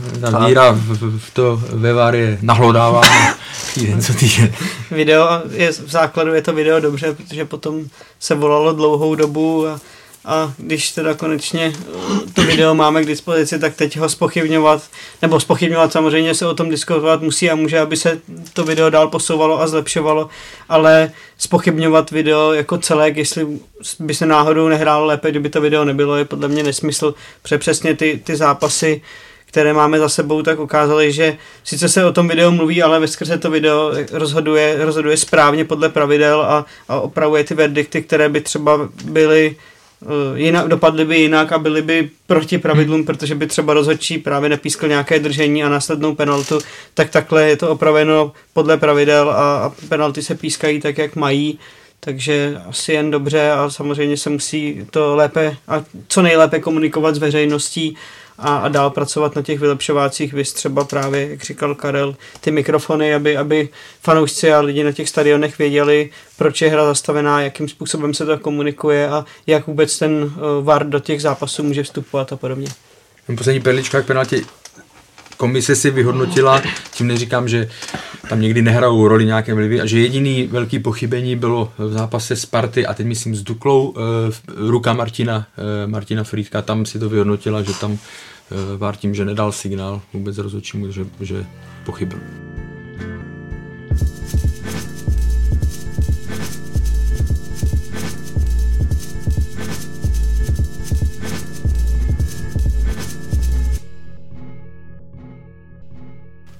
v to ve VAR je nahlodávána týden co týden. Video v základu je to video dobře, protože potom se volalo dlouhou dobu a když teda konečně to video máme k dispozici, tak teď ho zpochybňovat samozřejmě se o tom diskutovat musí a může, aby se to video dál posouvalo a zlepšovalo, ale zpochybňovat video jako celek, jestli by se náhodou nehrálo lépe, kdyby to video nebylo, je podle mě nesmysl, protože přesně ty zápasy, které máme za sebou, tak ukázaly, že sice se o tom videu mluví, ale veskrze to video rozhoduje správně podle pravidel a opravuje ty verdikty, které by třeba byly dopadly by jinak a byly by proti pravidlům, protože by třeba rozhodčí právě nepískl nějaké držení a následnou penaltu, tak takhle je to opraveno podle pravidel a penalty se pískají tak, jak mají, takže asi jen dobře a samozřejmě se musí to lépe a co nejlépe komunikovat s veřejností a dál pracovat na těch vylepšovácích, vys třeba právě, jak říkal Karel, ty mikrofony, aby fanoušci a lidi na těch stadionech věděli, proč je hra zastavená, jakým způsobem se to komunikuje a jak vůbec ten VAR do těch zápasů může vstupovat a podobně. Poslední perlička k penaltě. Komise si vyhodnotila, tím neříkám, že tam někdy nehrajou roli nějaké vlivy a že jediný velký pochybení bylo v zápase Sparty a teď myslím s Duklou ruka Martina Frýdka, tam si to vyhodnotila, že tam VAR tím, že nedal signál vůbec rozhodčímu, že pochybil.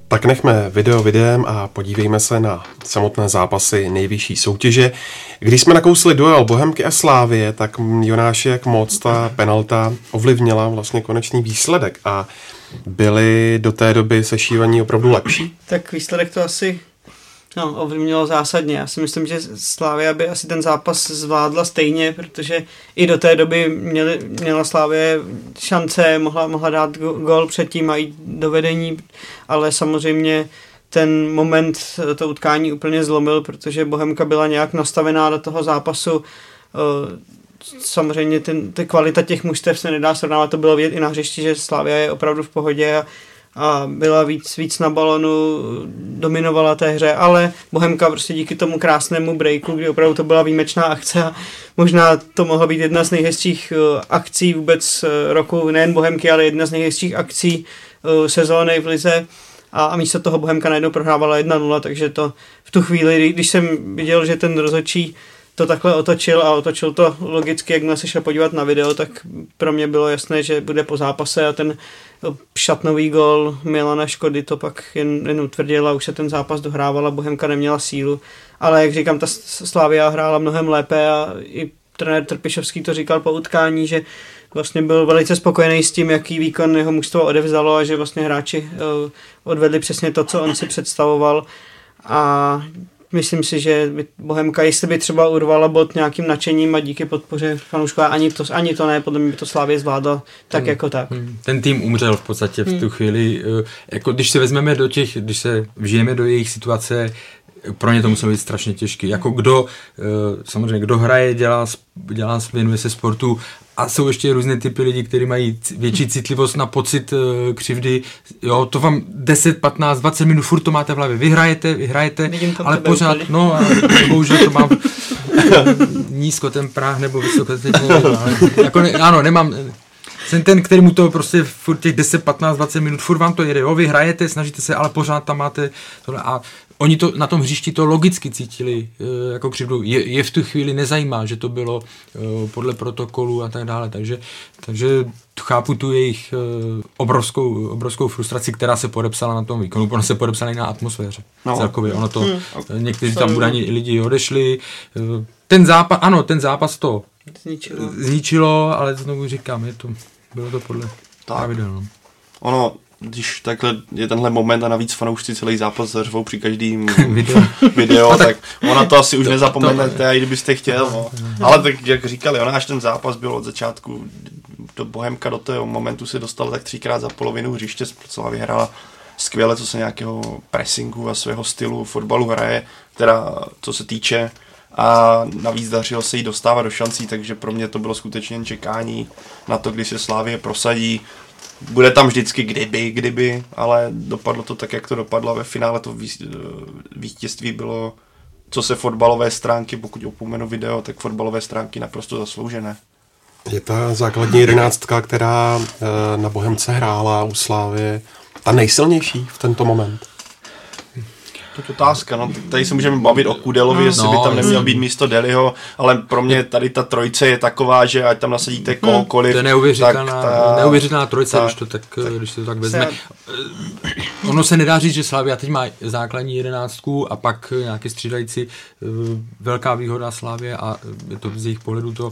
Tak nechme video videem a podívejme se na samotné zápasy nejvyšší soutěže. Když jsme nakousli duel Bohemky a Slávie, tak Jonáši, jak moc ta penalta ovlivnila vlastně konečný výsledek a byly do té doby sešívaní opravdu lepší? Tak výsledek to asi ovlivnilo zásadně. Já si myslím, že Slavia by asi ten zápas zvládla stejně, protože i do té doby měla Slavie šance, mohla dát gól předtím a jít do vedení, ale samozřejmě ten moment to utkání úplně zlomil, protože Bohemka byla nějak nastavená do toho zápasu. Samozřejmě ty kvalita těch mužstev se nedá srovnávat, to bylo vidět i na hřišti, že Slavia je opravdu v pohodě a byla víc na balonu, dominovala té hře, ale Bohemka prostě díky tomu krásnému breaku, kdy opravdu to byla výjimečná akce a možná to mohla být jedna z nejhezčích akcí vůbec roku, nejen Bohemky, ale jedna z nejhezčích akcí sezóny v lize a místo toho Bohemka najednou prohrávala 1-0, takže to v tu chvíli, když jsem viděl, že ten rozhodčí to takhle otočil a otočil to logicky, jakmile se šel podívat na video, tak pro mě bylo jasné, že bude po zápase a ten šatnový gól Milana Škody to pak jen utvrdil a už se ten zápas dohrával a Bohemka neměla sílu. Ale jak říkám, ta Slavia hrála mnohem lépe a i trenér Trpišovský to říkal po utkání, že vlastně byl velice spokojený s tím, jaký výkon jeho mužstvo odevzdalo a že vlastně hráči odvedli přesně to, co on si představoval a myslím si, že Bohemka, jestli by třeba urvala bod nějakým nadšením a díky podpoře fanoušků, ani to ne, podle mě by to Slavie zvládla tak jako tak. Ten tým umřel v podstatě v tu chvíli. Jako když se vezmeme když se vžijeme do jejich situace, pro ně to muselo být strašně těžký. Jako samozřejmě kdo hraje, věnuje se sportu a jsou ještě různé typy lidí, kteří mají větší citlivost na pocit křivdy. Jo, to vám 10, 15, 20 minut furt to máte v hlavě. Vyhrajete, ale pořád, bohužel to mám nízko ten práh nebo vysoko, nemám. Jsem ten, který mu to prostě furt těch 10, 15, 20 minut, furt vám to jede, jo, vy hrajete, snažíte se, ale pořád tam máte tohle a oni to na tom hřišti to logicky cítili jako křivdu. Je v tu chvíli nezajímá, že to bylo podle protokolu a tak dále, takže chápu tu jejich obrovskou frustraci, která se podepsala na tom výkonu, ona se podepsala i na atmosféře. Celkově, někteří tam Budani lidi odešli, ten zápas to zničilo, ale znovu říkám, bylo to podle pravidel. No. Ono, když takhle je tenhle moment a navíc fanoušci celý zápas zařvou při každým video, tak ona to asi už nezapomenete, i kdybyste chtěl. No. Ale tak, jak říkali, až ten zápas byl od začátku do Bohemka do toho momentu se dostala tak 3krát za polovinu hřiště, celá vyhrála skvěle, co se nějakého pressingu a svého stylu fotbalu hraje, teda co se týče a navíc dařilo se jí dostávat do šancí, takže pro mě to bylo skutečně jen čekání na to, kdy se Slavie prosadí. Bude tam vždycky kdyby, ale dopadlo to tak, jak to dopadlo. Ve finále to vítězství bylo, co se fotbalové stránky, pokud opomenu video, tak fotbalové stránky naprosto zasloužené. Je ta základní 11, která na Bohemce hrála u Slávie, ta nejsilnější v tento moment? To je otázka, no. Tady se můžeme bavit o Kudelovi, jestli by tam neměl být místo Deliho, ale pro mě tady ta trojice je taková, že ať tam nasadíte kohokoliv. To je neuvěřitelná trojice, když to tak vezme. Ono se nedá říct, že Slavia teď má základní 11 a pak nějaké střídající velká výhoda Slavie a je to z jejich pohledu to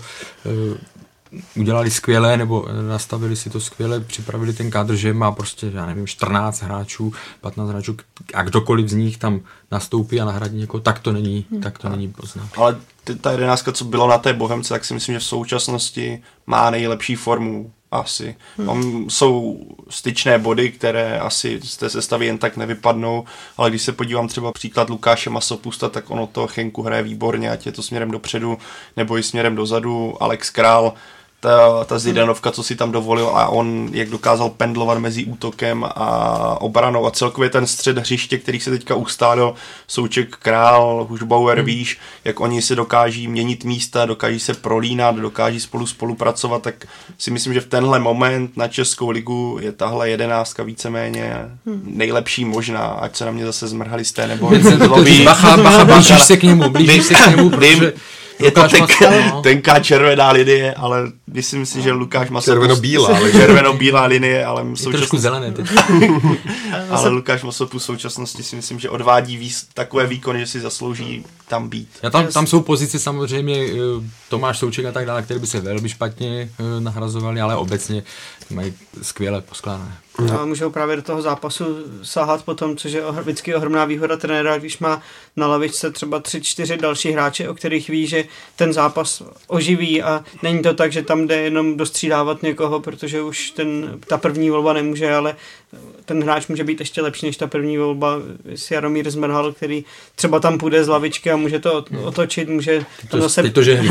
udělali skvěle, nebo nastavili si to skvěle, připravili ten kádr, že má prostě, 14 hráčů, 15 hráčů a kdokoliv z nich tam nastoupí a nahradí někoho, tak to není poznat. Ale ta 11, co bylo na té Bohemce, tak si myslím, že v současnosti má nejlepší formu asi. Tam jsou styčné body, které asi z té sestavy jen tak nevypadnou, ale když se podívám třeba příklad Lukáše Masopusta, tak ono to Chenku hraje výborně, ať je to směrem dopředu nebo i směrem dozadu. Alex Král, ta Zidanovka, co si tam dovolil a on, jak dokázal pendlovat mezi útokem a obranou a celkově ten střed hřiště, který se teďka ustálil, Souček, Král, Hušbauer, víš, jak oni se dokáží měnit místa, dokáží se prolínat, dokáží spolupracovat, tak si myslím, že v tenhle moment na Českou ligu je tahle 11 víceméně nejlepší možná, ať se na mě zase zmrhalisté nebo zlobí. Blížíš se k němu, protože je to tenká červená linie, ale myslím si, že Lukáš Masopust... Červeno-bílá linie, ale trošku zelené teď. Ale Lukáš Masopust v současnosti si myslím, že odvádí takové výkony, že si zaslouží tam být. Tam jsou pozice samozřejmě, Tomáš Souček a tak dále, které by se velmi špatně nahrazovali, ale obecně mají skvěle poskládané. A můžou právě do toho zápasu sahat potom, což je vždycky ohromná výhoda trenéra, když má na lavičce třeba 3-4 další hráče, o kterých ví, že ten zápas oživí a není to tak, že tam jde jenom dostřídávat někoho, protože už ta první volba nemůže, ale ten hráč může být ještě lepší než ta první volba. Jaromír Zmrhal, který třeba tam půjde z lavičky a může to otočit, může to zase...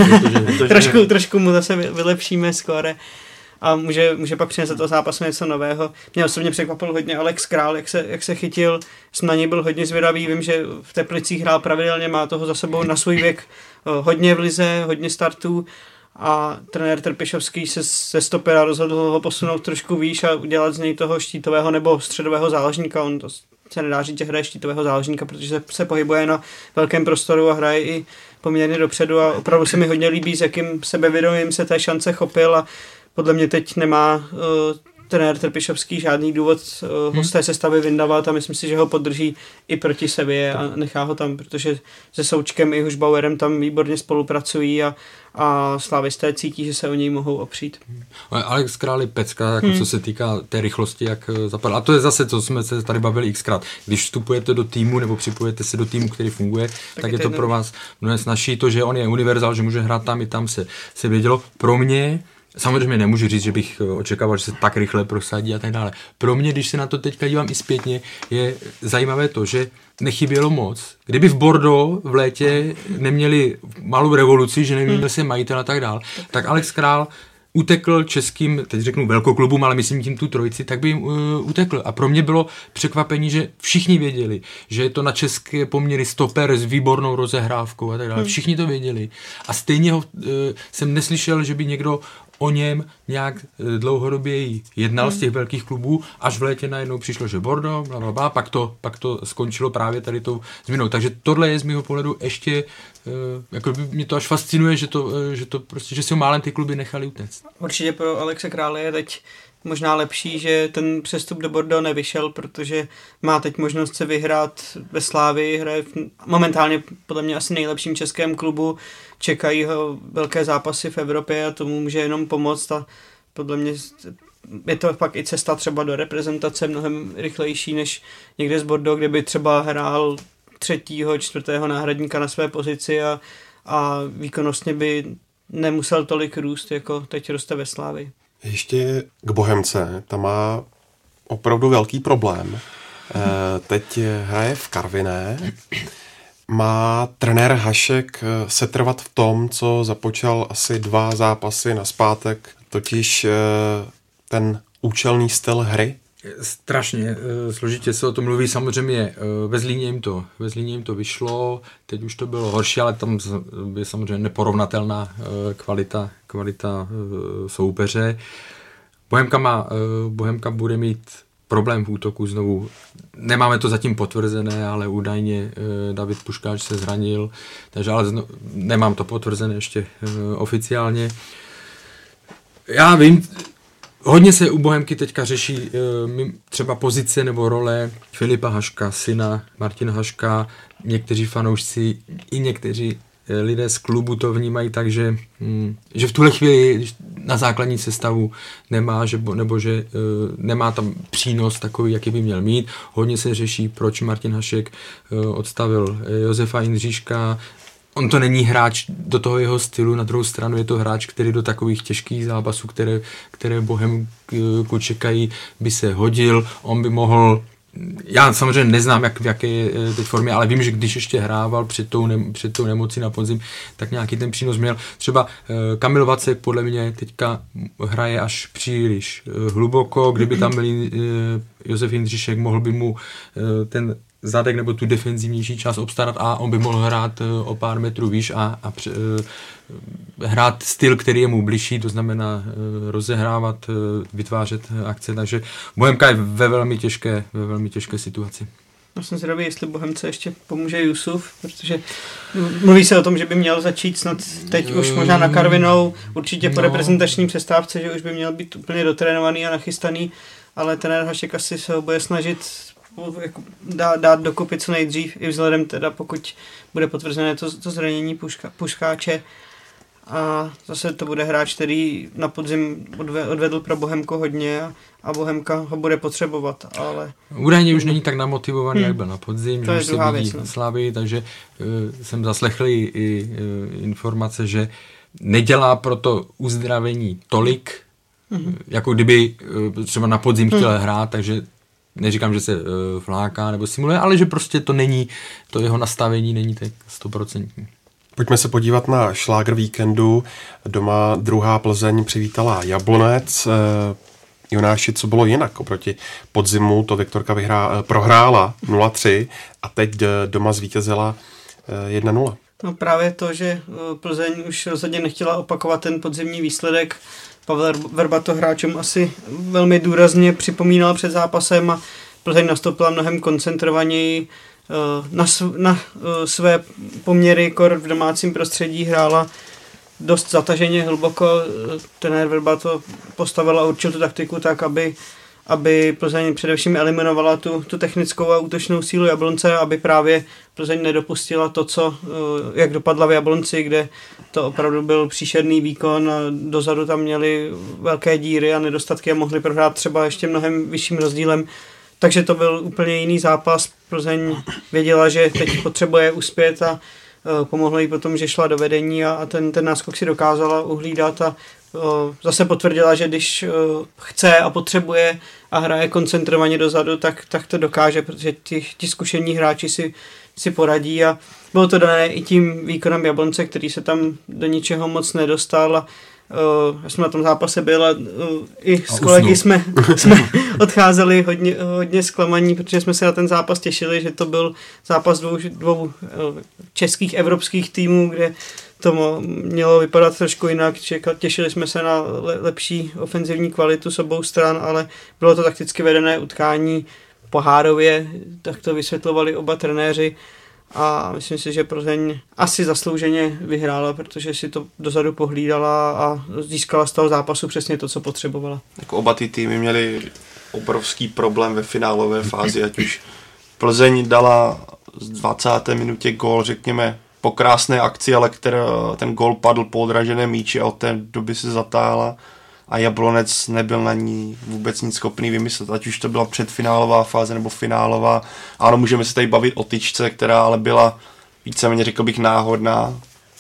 trošku mu zase vylepšíme skóre. A může pak přinést do toho zápasu něco nového. Mě osobně překvapil hodně Alex Král, jak se chytil, jsem na něj byl hodně zvědavý, vím, že v Teplicích hrál pravidelně, má toho za sebou na svůj věk hodně v lize, hodně startů a trenér Trpišovský se ze stopera rozhodl ho posunout trošku výš a udělat z něj toho štítového nebo středového záložníka. On to se nedá říct, že hraje štítového záložníka, protože se pohybuje na velkém prostoru a hraje i poměrně dopředu a opravdu se mi hodně líbí, s jakým sebevědomím se té šance chopil a podle mě teď nemá trenér Trpišovský žádný důvod ho z té sestavy vyndavat a myslím si, že ho podrží i proti sobě a nechá ho tam, protože se Součkem i Hušbauerem tam výborně spolupracují a slávisté cítí, že se o něj mohou opřít. Alex Král je pecka, jako co se týká té rychlosti, jak zapadl. A to je zase, co jsme se tady bavili xkrát. Když vstupujete do týmu nebo připojete se do týmu, který funguje, tak je to pro vás mnohem snazší. To, že on je univerzál, že může hrát tam i tam se vědělo. Pro mě samozřejmě nemůžu říct, že bych očekával, že se tak rychle prosadí a tak dále. Pro mě, když se na to teďka dívám i zpětně, je zajímavé to, že nechybělo moc. Kdyby v Bordeaux v létě neměli malou revoluci, že neměl se majitel a tak dále, tak Alex Král utekl českým, teď řeknu velkoklubům, ale myslím tím tu trojici, tak by jim utekl. A pro mě bylo překvapení, že všichni věděli, že je to na české poměry stoper s výbornou rozehrávkou a tak dále. Všichni to věděli. A stejně jsem neslyšel, že by někdo o něm nějak dlouhodobě jednal z těch velkých klubů, až v létě najednou přišlo, že Bordeaux, blablabla, pak to skončilo právě tady tou změnou. Takže tohle je z mého pohledu ještě, jako mě to až fascinuje, že to prostě, že si ho málem ty kluby nechali utéct. Určitě pro Alexe Krále je teď možná lepší, že ten přestup do Bordeaux nevyšel, protože má teď možnost se vyhrát ve Slávii, hraje momentálně podle mě asi nejlepším českém klubu, čekají ho velké zápasy v Evropě a tomu může jenom pomoct a podle mě je to pak i cesta třeba do reprezentace mnohem rychlejší než někde z Bordeaux, kde by třeba hrál 3., 4. náhradníka na své pozici a výkonnostně by nemusel tolik růst, jako teď roste ve Slávii. Ještě k Bohemce, ta má opravdu velký problém. Teď hraje v Karviné. Má trenér Hašek setrvat v tom, co započal asi 2 zápasy nazpátek, totiž ten účelný styl hry? Strašně složitě se o tom mluví, samozřejmě ve Zlíně jim to vyšlo, teď už to bylo horší, ale tam je samozřejmě neporovnatelná kvalita soupeře. Bohemka bude mít problém v útoku znovu. Nemáme to zatím potvrzené, ale údajně David Puškáč se zranil, takže ale nemám to potvrzené ještě oficiálně. Já vím, hodně se u Bohemky teďka řeší třeba pozice nebo role Filipa Haška, syna Martina Haška. Někteří fanoušci i někteří lidé z klubu to vnímají tak, že v tuhle chvíli na základní sestavu nemá, nebo že nemá tam přínos takový, jaký by měl mít. Hodně se řeší, proč Martin Hašek odstavil Josefa Jindříška. On to není hráč do toho jeho stylu, na druhou stranu je to hráč, který do takových těžkých zápasů, které Bohemku čekají, by se hodil. On by mohl, já samozřejmě neznám, v jaké je teď formě, ale vím, že když ještě hrával před tou nemocí na podzim, tak nějaký ten přínos měl. Třeba Kamil Vacek podle mě teďka hraje až příliš hluboko, kdyby tam byl Josef Jindřišek, mohl by mu ten zadek nebo tu defenzivnější část obstarat a on by mohl hrát o pár metrů výš a hrát styl, který je mu bližší, to znamená rozehrávat, vytvářet akce, takže Bohemka je ve velmi těžké situaci. Já jsem zvědavý, jestli Bohemce ještě pomůže Jusuf, protože mluví se o tom, že by měl začít snad teď už možná na Karvinou, určitě po reprezentační přestávce, že už by měl být úplně dotrénovaný a nachystaný, ale trenér Hašek asi se ho bude snažit jako dát dokupy co nejdřív, i vzhledem teda, pokud bude potvrzené to zranění Puškáče. A zase to bude hráč, který na podzim odvedl pro Bohemku hodně a Bohemka ho bude potřebovat, ale... Údajně už není tak namotivovaný, jak byl na podzim, to že se vidí slabý, takže jsem zaslechl i informace, že nedělá pro to uzdravení tolik, jako kdyby třeba na podzim chtěl hrát, takže neříkám, že se fláká nebo simuluje, ale že prostě to není, to jeho nastavení není tak 100%. Pojďme se podívat na šlágr víkendu. Doma druhá Plzeň přivítala Jablonec. Jonáši, co bylo jinak oproti podzimu? To Viktorka prohrála 0-3 a teď doma zvítězila 1-0. No právě to, že Plzeň už rozhodně nechtěla opakovat ten podzimní výsledek. Pavel Vrba to hráčům asi velmi důrazně připomínal před zápasem a Plzeň nastoupila mnohem koncentrovaněji na své poměry, kor v domácím prostředí hrála dost zataženě hluboko. Trenér Vrba to postavil a určil tu taktiku tak, aby Plzeň především eliminovala tu technickou a útočnou sílu Jablonce, aby právě Plzeň nedopustila to, jak dopadla v Jablonci, kde to opravdu byl příšerný výkon a dozadu tam měli velké díry a nedostatky a mohli prohrát třeba ještě mnohem vyšším rozdílem. Takže to byl úplně jiný zápas. Plzeň věděla, že teď potřebuje uspět a pomohlo jí potom, že šla do vedení a ten náskok si dokázala uhlídat a zase potvrdila, že když chce a potřebuje a hraje koncentrovaně dozadu, tak to dokáže, protože ti zkušení hráči si poradí a bylo to dané i tím výkonem Jablonce, který se tam do ničeho moc nedostal a já jsem na tom zápase byl a i s kolegy jsme odcházeli hodně zklamaní, protože jsme se na ten zápas těšili, že to byl zápas dvou českých evropských týmů, kde to mělo vypadat trošku jinak. Těšili jsme se na lepší ofenzivní kvalitu s obou stran, ale bylo to takticky vedené utkání pohárově, tak to vysvětlovali oba trenéři. A myslím si, že Plzeň asi zaslouženě vyhrála, protože si to dozadu pohlídala a získala z toho zápasu přesně to, co potřebovala. Jako oba ty týmy měli obrovský problém ve finálové fázi, ať už Plzeň dala z 20. minutě gól, řekněme, po krásné akci, ale ten gól padl po odraženém míči a od té doby se zatáhla a Jablonec nebyl na ní vůbec nic schopný vymyslet, ať už to byla předfinálová fáze nebo finálová. Ano, můžeme se tady bavit o tyčce, která ale byla víceméně, řekl bych, náhodná,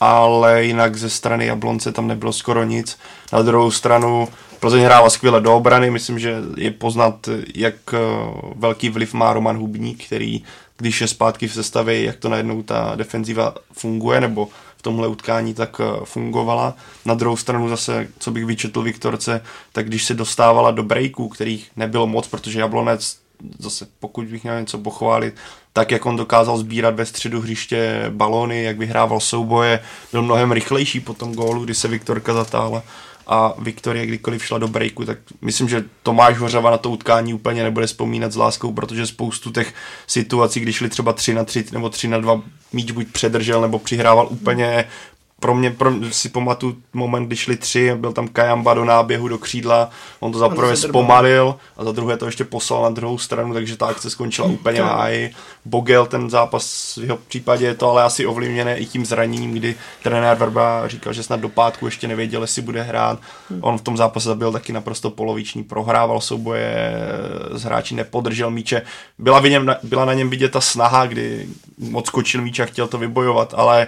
ale jinak ze strany Jablonce tam nebylo skoro nic. Na druhou stranu Plzeň hrála skvěle do obrany, myslím, že je poznat, jak velký vliv má Roman Hubník, který, když je zpátky v sestavě, jak to najednou ta defenziva funguje, nebo v tomhle utkání tak fungovala. Na druhou stranu zase, co bych vyčetl Viktorce, tak když se dostávala do breaků, kterých nebylo moc, protože Jablonec, zase pokud bych měl něco pochválit, tak jak on dokázal sbírat ve středu hřiště balóny, jak vyhrával souboje, byl mnohem rychlejší po tom gólu, kdy se Viktorka zatáhla a Viktoria kdykoliv šla do breaku, tak myslím, že Tomáš Hořava na to utkání úplně nebude vzpomínat s láskou, protože spoustu těch situací, když šli třeba 3-3 nebo 3-2, míč buď předržel nebo přihrával úplně. Pro mě si pamatuju moment, kdy šli 3, byl tam Kajamba do náběhu, do křídla, on to zaprvé zpomalil a za druhé to ještě poslal na druhou stranu, takže ta akce skončila úplně na háji. Bogel, ten zápas v jeho případě je to ale asi ovlivněné i tím zraněním, kdy trenér Vrba říkal, že snad do pátku ještě nevěděl, jestli bude hrát. On v tom zápase zabil taky naprosto poloviční, prohrával souboje s hráči, nepodržel míče. Byla na něm vidět ta snaha, kdy odskočil míč a chtěl to vybojovat, ale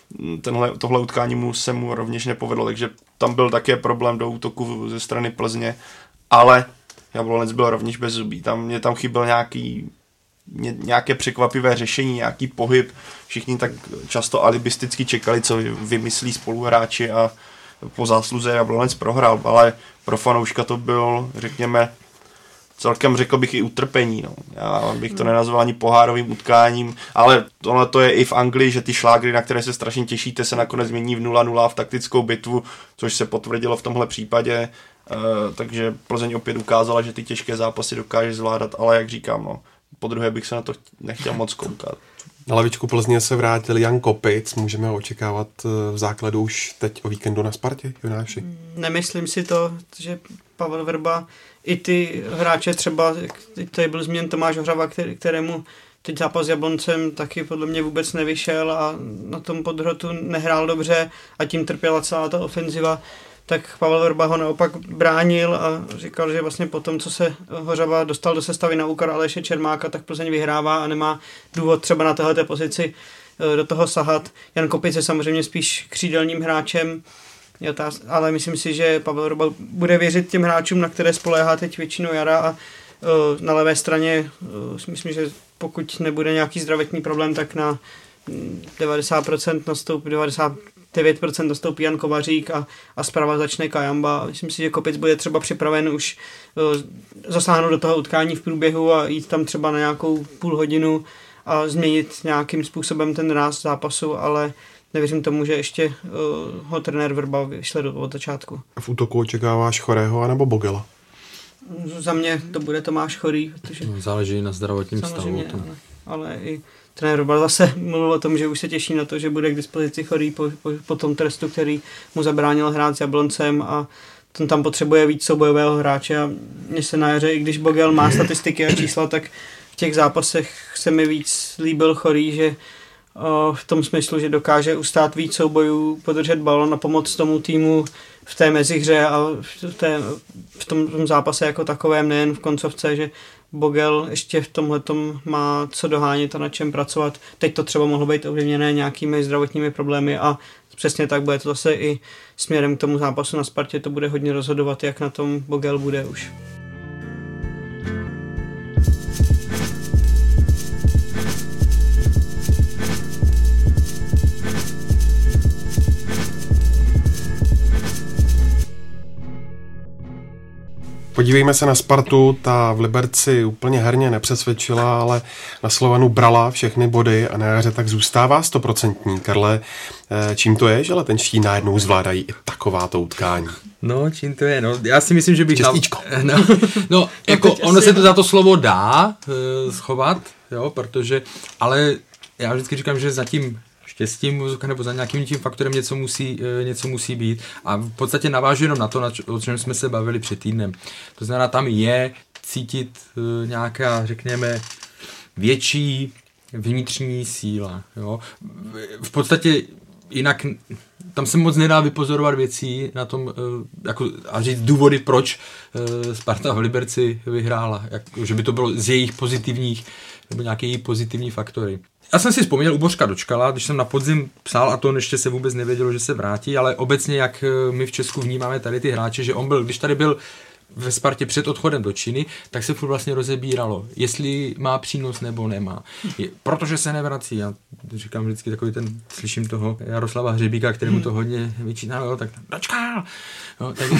tohle utkání se mu rovněž nepovedlo, takže tam byl také problém do útoku ze strany Plzně, ale Jablonec byl rovněž bez zubí. Mě tam chyběl nějaké překvapivé řešení, nějaký pohyb. Všichni tak často alibisticky čekali, co vymyslí spoluhráči a po zásluze Jablonec prohrál, ale pro fanouška to byl, řekněme, celkem řekl bych i utrpení. No. Já bych to nenazval ani pohárovým utkáním, ale tohle to je i v Anglii, že ty šlágry, na které se strašně těšíte, se nakonec změní v 0-0 v taktickou bitvu, což se potvrdilo v tomhle případě. Takže Plzeň opět ukázala, že ty těžké zápasy dokáže zvládat, ale jak říkám, no, podruhé bych se na to nechtěl moc koukat. Na lavičku Plzně se vrátil Jan Kopic, můžeme ho očekávat v základu už teď o víkendu na Spartě, Jonáši? Nemyslím si to, že Pavel Vrba i ty hráče třeba, tady byl zmíněn Tomáš Hořava, kterému teď zápas s Jabloncem taky podle mě vůbec nevyšel a na tom podhrotu nehrál dobře a tím trpěla celá ta ofenziva, tak Pavel Vrba ho naopak bránil a říkal, že vlastně po tom, co se Hořava dostal do sestavy na úkor Aleše Čermáka, tak Plzeň vyhrává a nemá důvod třeba na téhleté pozici do toho sahat. Jan Kopic je samozřejmě spíš křídelním hráčem, ale myslím si, že Pavel Vrba bude věřit těm hráčům, na které spoléhá teď většinou jara a na levé straně myslím, že pokud nebude nějaký zdravotní problém, tak na 90% nastoupí, 99% nastoupí Jan Kovařík a zprava začne Kajamba. Myslím si, že Kopic bude třeba připraven už zasáhnout do toho utkání v průběhu a jít tam třeba na nějakou půl hodinu a změnit nějakým způsobem ten ráz zápasu, ale nevěřím tomu, že ještě ho trenér Vrba vyšle od začátku. V útoku očekáváš Chorého anebo Bogela? Za mě to bude Tomáš Chorý, protože záleží na zdravotním stavu. Ale i trenér Vrba zase mluvil o tom, že už se těší na to, že bude k dispozici Chorý po tom trestu, který mu zabránil hrát s Jabloncem a ten tam potřebuje víc soubojového hráče a mně se na jaře, i když Bogel má statistiky a čísla, tak v těch zápasech se mi víc líbil Chorý, že v tom smyslu, že dokáže ustát víc soubojů, podržet balon a pomoct tomu týmu v té mezihře a v tom zápase jako takovém, nejen v koncovce, že Bogel ještě v tomhletom má co dohánět a na čem pracovat. Teď to třeba mohlo být ovlivněné nějakými zdravotními problémy a přesně tak bude to zase i směrem k tomu zápasu na Spartě, to bude hodně rozhodovat, jak na tom Bogel bude už. Podívejme se na Spartu, ta v Liberci úplně herně nepřesvědčila, ale na Slovanu brala všechny body a na jaře tak zůstává 100%. Karle, čím to je, že letenští najednou zvládají i takováto utkání? No, čím to je? No, já si myslím, že bych... Čestíčko. No, jako ono se to za to slovo dá schovat, jo, protože, ale já vždycky říkám, že zatím štěstím nebo za nějakým tím faktorem něco musí být. A v podstatě navážu jenom na to, o čem jsme se bavili před týdnem. To znamená, tam je cítit nějaká, řekněme, větší vnitřní síla. Jo. V podstatě jinak tam se moc nedá vypozorovat věcí na tom, jako, a říct důvody, proč Sparta v Liberci vyhrála. Že by to bylo z jejich pozitivních nebo nějaké její pozitivní faktory. Já jsem si vzpomněl u Bořka Dočkala, když jsem na podzim psal, a to ještě se vůbec nevědělo, že se vrátí, ale obecně, jak my v Česku vnímáme tady ty hráče, že on byl, když tady byl ve Spartě před odchodem do Číny, tak se furt vlastně rozebíralo, jestli má přínos nebo nemá. Protože se nevrací. Já říkám vždycky takový ten, slyším toho Jaroslava Hřebíka, kterému to hodně vyčínalo, tak Dočkal! No, tak...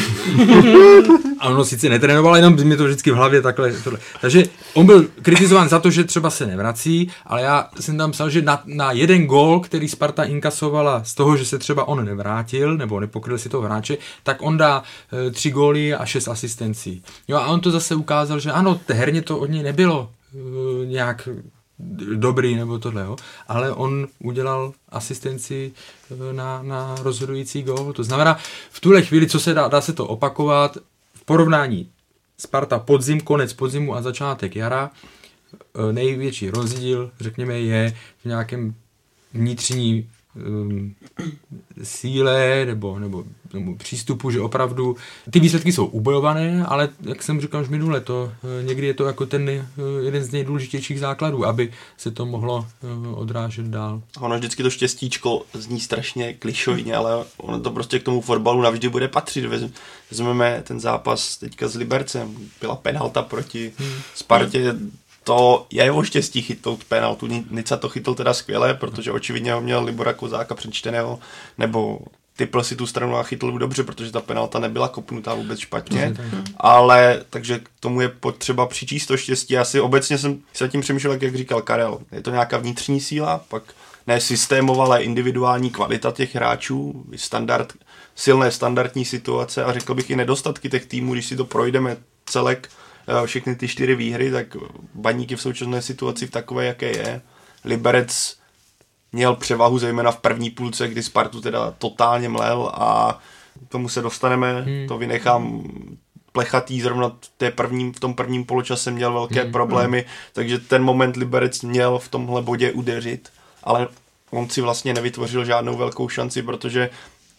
A ono sice netrénoval, jenom mi to vždycky v hlavě takhle. Tohle. Takže on byl kritizován za to, že třeba se nevrací, ale já jsem tam psal, že na jeden gól, který Sparta inkasovala z toho, že se třeba on nevrátil, nebo nepokryl si toho hráče, tak on dá 3 góly a 6 asistencí. Jo, a on to zase ukázal, že ano, herně to od něj nebylo nějak dobrý nebo tohle, jo, ale on udělal asistenci na rozhodující gól. To znamená, v tuhle chvíli, co se dá se to opakovat, v porovnání Sparta podzim, konec podzimu a začátek jara, největší rozdíl, řekněme, je v nějakém vnitřní síle nebo přístupu, že opravdu ty výsledky jsou ubojované, ale jak jsem říkal už minule, to někdy je to jako ten jeden z nejdůležitějších základů, aby se to mohlo odrážet dál. Ono vždycky to štěstíčko zní strašně klišojně, ale ono to prostě k tomu fotbalu navždy bude patřit. Vezmeme ten zápas teďka s Libercem, byla penalta proti Spartě, to je o štěstí chytnout penaltu. Nica to chytl teda skvěle, protože očividně ho měl Libora Kozáka přečteného, nebo typl si tu stranu a chytl dobře, protože ta penalta nebyla kopnutá vůbec špatně, ale takže k tomu je potřeba přičíst to štěstí. Já si obecně jsem se tím přemýšlel, jak říkal Karel, je to nějaká vnitřní síla, pak ne systémová, ale individuální kvalita těch hráčů, silné standardní situace a řekl bych i nedostatky těch týmů, když si to projdeme celek, všechny ty 4 výhry, tak Baník je v současné situaci v takové, jaké je. Liberec měl převahu zejména v první půlce, kdy Spartu teda totálně mlel a k tomu se dostaneme, to vynechám. Plechatý zrovna v tom prvním poločase měl velké problémy, takže ten moment Liberec měl v tomhle bodě udeřit, ale on si vlastně nevytvořil žádnou velkou šanci, protože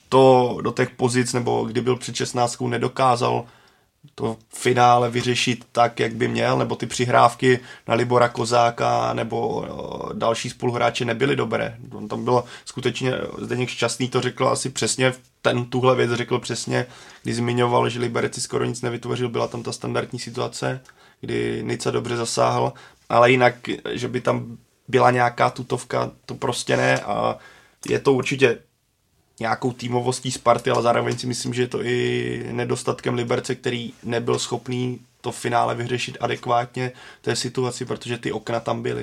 to do těch pozic, nebo kdy byl před 16, nedokázal to finále vyřešit tak, jak by měl, nebo ty přihrávky na Libora Kozáka nebo další spoluhráče nebyly dobré. On tam bylo skutečně, Zdeněk Šťastný to řekl asi přesně, tuhle věc řekl přesně, když zmiňoval, že Liberec si skoro nic nevytvořil, byla tam ta standardní situace, kdy Nica dobře zasáhl, ale jinak, že by tam byla nějaká tutovka, to prostě ne a je to určitě nějakou týmovostí Sparty, ale zároveň si myslím, že je to i nedostatkem Liberce, který nebyl schopný to finále vyřešit adekvátně té situaci, protože ty okna tam byly.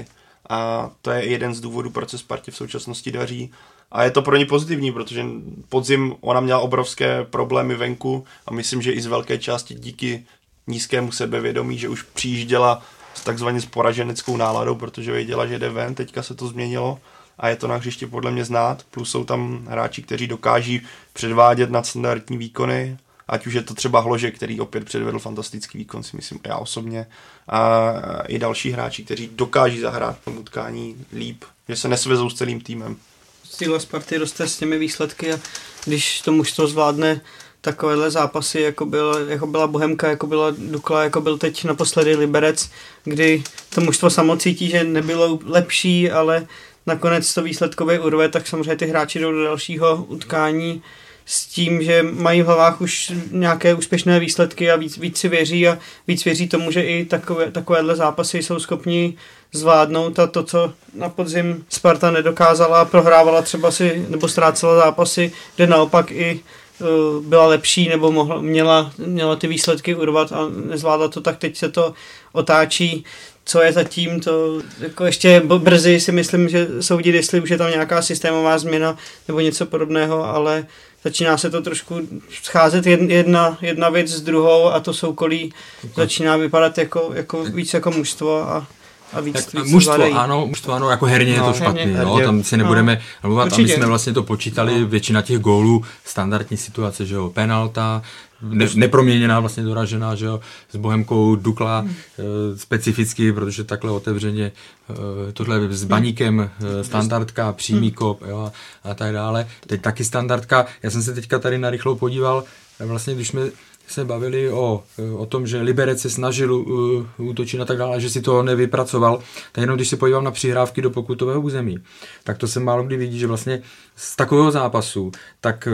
A to je jeden z důvodů, proč se Spartě v současnosti daří. A je to pro ní pozitivní, protože podzim ona měla obrovské problémy venku a myslím, že i z velké části díky nízkému sebevědomí, že už přijížděla takzvaně s poraženeckou náladou, protože věděla, že jde ven, teďka se to změnilo. A je to na hřišti podle mě znát, plus jsou tam hráči, kteří dokáží předvádět nadstandardní výkony, ať už je to třeba Hložek, který opět předvedl fantastický výkon, si myslím, já osobně, a i další hráči, kteří dokáží zahrát tomu utkání líp, že se nesvezou s celým týmem. Síla Sparty roste s těmi výsledky a když to mužstvo zvládne takovéhle zápasy, jako byla Bohemka, jako byla Dukla, jako byl teď naposledy Liberec, kdy to mužstvo samo cítí, že nebylo lepší, ale nakonec to výsledkově urve, tak samozřejmě ty hráči jdou do dalšího utkání s tím, že mají v hlavách už nějaké úspěšné výsledky a víc si věří a víc věří tomu, že i takovéhle zápasy jsou schopni zvládnout a to, co na podzim Sparta nedokázala, prohrávala třeba nebo ztrácela zápasy, kde naopak i byla lepší nebo měla ty výsledky urvat a nezvládla to, tak teď se to otáčí. Co je zatím, to jako ještě brzy si myslím, že soudit, jestli už je tam nějaká systémová změna nebo něco podobného, ale začíná se to trošku scházet jedna věc s druhou a to soukolí začíná vypadat jako víc jako mužstvo a víc mužstvo ano, jako herně je to špatný, jo, tam si nebudeme mluvit, a my jsme vlastně to počítali, většina těch gólů, standardní situace, že jo, penalta, neproměněná, vlastně doražená, že jo, s Bohemkou Dukla specificky, protože takhle otevřeně tohle s Baníkem standardka, přímý kop, jo, a tak dále. Teď taky standardka, já jsem se teďka tady narychlo podíval, vlastně když jsme se bavili o tom, že Liberec se snažil útočit a tak dále, že si to nevypracoval, tak jenom když se podívám na přihrávky do pokutového území, tak to se málo kdy vidí, že vlastně z takového zápasu, tak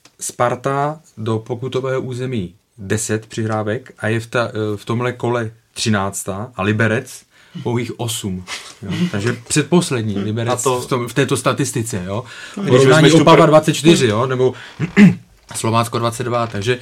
Sparta do pokutového území 10 přihrávek a je v tomhle kole 13. a Liberec pouhých 8. Jo? Takže předposlední Liberec v této statistice. Jo? Porovnání Opava 24, jo? Nebo Slovácko 22, takže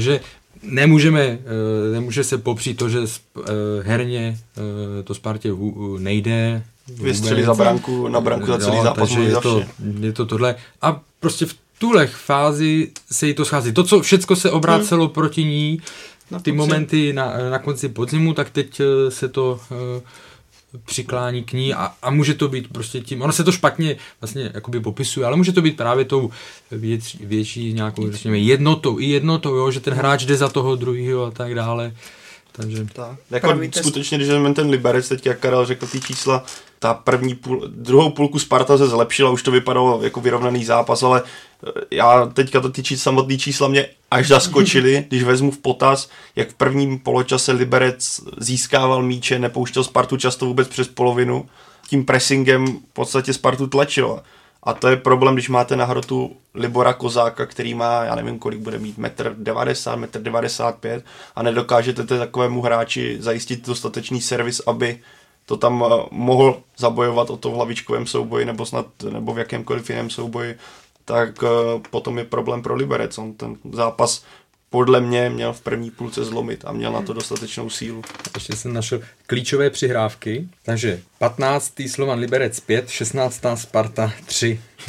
nemůže se popřít to, že herně to Spartě nejde. Vystřelí za branku, na branku za celý zápas. Je to tohle. A prostě v tuhle fázi se jí to schází. To, co všecko se obrácelo proti ní, ty momenty na konci podzimu, tak teď se to přiklání k ní a může to být prostě tím, ono se to špatně vlastně jakoby popisuje, ale může to být právě tou větší nějakou, řekněme, jednotou, jo, že ten hráč jde za toho druhýho a tak dále. Takže jako skutečně, když vezmeme ten Liberec, teď jak Karel řekl ty čísla, ta druhou půlku Sparta se zlepšila, už to vypadalo jako vyrovnaný zápas, ale já teďka ty samotný čísla mě až zaskočily, když vezmu v potaz, jak v prvním poločase Liberec získával míče, nepouštěl Spartu často vůbec přes polovinu, tím pressingem v podstatě Spartu tlačilo. A to je problém, když máte na hrotu Libora Kozáka, který má, já nevím, kolik bude mít, 1,90 m, 1,95 m a nedokážete takovému hráči zajistit dostatečný servis, aby to tam mohl zabojovat o to v hlavičkovém souboji nebo v jakémkoliv jiném souboji, tak potom je problém pro Liberec. On ten zápas podle mě měl v první půlce zlomit a měl na to dostatečnou sílu. Ještě jsem našel klíčové přihrávky, takže 15. Slovan Liberec 5, 16. Sparta 3.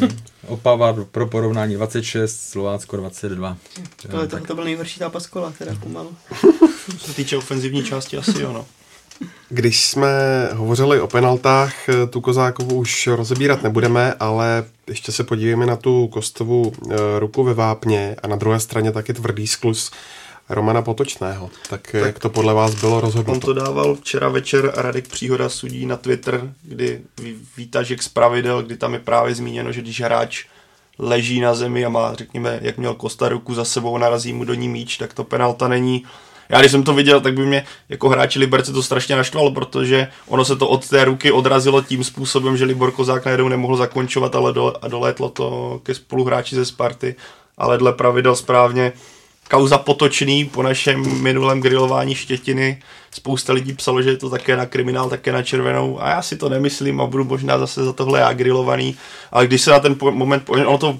Opava pro porovnání 26, Slovácko 22. To byl nejhorší zápas kola, teda pomalu. Co se týče ofenzivní části, asi jo, no. Když jsme hovořili o penaltách, tu Kozákovu už rozebírat nebudeme, ale ještě se podívejme na tu Kostovu ruku ve vápně a na druhé straně taky tvrdý skluz Romana Potočného. Tak jak to podle vás bylo rozhodnuto? On to dával včera večer Radek Příhoda sudí na Twitter, kdy výtažek z pravidel, kdy tam je právě zmíněno, že když hráč leží na zemi a má, řekněme, jak měl Kosta ruku za sebou, narazí mu do ní míč, tak to penalta není. Já když jsem to viděl, tak by mě jako hráči Liberce to strašně naštvalo, protože ono se to od té ruky odrazilo tím způsobem, že Libor Kozák najednou nemohl zakončovat, ale dolétlo to ke spoluhráči ze Sparty, ale dle pravidel správně. Kauza Potočný po našem minulém grilování Štětiny. Spousta lidí psalo, že je to také na kriminál, také na červenou a já si to nemyslím a budu možná zase za tohle já grilovaný, ale když se na ten moment, ono to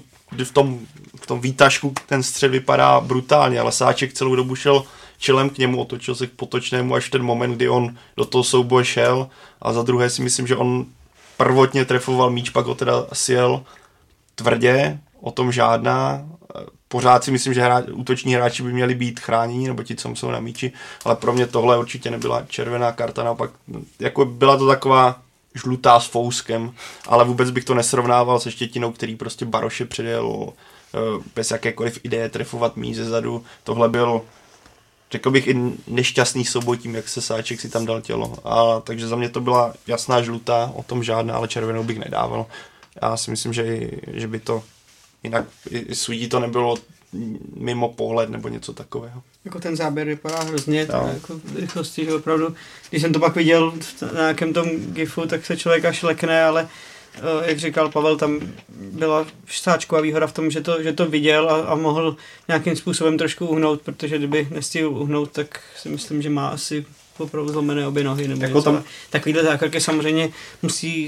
v tom výtažku ten střed vypadá brutálně, ale Sáček celou dobu šel čelem k němu, otočil se k Potočnému až v ten moment, kdy on do toho souboje šel a za druhé si myslím, že on prvotně trefoval míč, pak ho teda sjel tvrdě, o tom žádná. Pořád si myslím, že útoční hráči by měli být chráněni, nebo ti, co jsou na míči, ale pro mě tohle určitě nebyla červená karta, naopak jako byla to taková žlutá s fouskem, ale vůbec bych to nesrovnával se Štětinou, který prostě Baroše předjel bez jakékoliv ideje trefovat míč ze zadu. Tohle byl, řekl bych, i nešťastný souboj tím, jak se Sáček si tam dal tělo. Takže za mě to byla jasná žlutá, o tom žádná, ale červenou bych nedával. Já si myslím, že by to jinak sudí to nebylo mimo pohled nebo něco takového. Jako ten záběr vypadá hrozně, jako rychlosti, že opravdu, když jsem to pak viděl na nějakém tom gifu, tak se člověk až lekne, ale jak říkal Pavel, tam byla Sáčková výhoda v tom, že to viděl a mohl nějakým způsobem trošku uhnout, protože kdyby nestihl uhnout, tak si myslím, že má asi opravdu zlomené obě nohy. Nebo jako tam... Takovýhle zákroky samozřejmě musí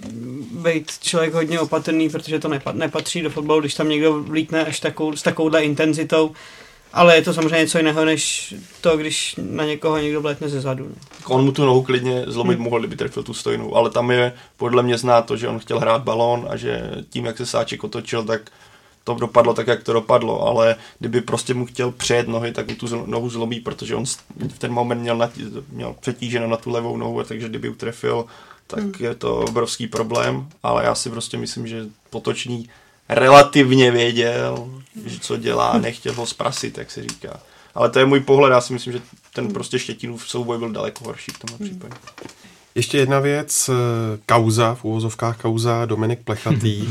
být člověk hodně opatrný, protože to nepatří do fotbalu, když tam někdo vlítne až s takovouhle intenzitou, ale je to samozřejmě něco jiného, než to, když na někoho někdo vlétne ze zadu. On mu tu nohu klidně zlomit mohl, kdyby trefil tu stojnou, ale tam je podle mě znát to, že on chtěl hrát balón a že tím, jak se Sáček otočil, tak to dopadlo tak, jak to dopadlo, ale kdyby prostě mu chtěl přejet nohy, tak mu tu nohu zlomí, protože on v ten moment měl přetíženo na tu levou nohu, takže kdyby ju trefil, tak je to obrovský problém, ale já si prostě myslím, že Potočný relativně věděl, že co dělá a nechtěl ho zprasit, jak se říká. Ale to je můj pohled, já si myslím, že ten prostě Štětinův souboj byl daleko horší v tomhle případě. Ještě jedna věc, kauza, v úvozovkách kauza, Dominik Plechatý.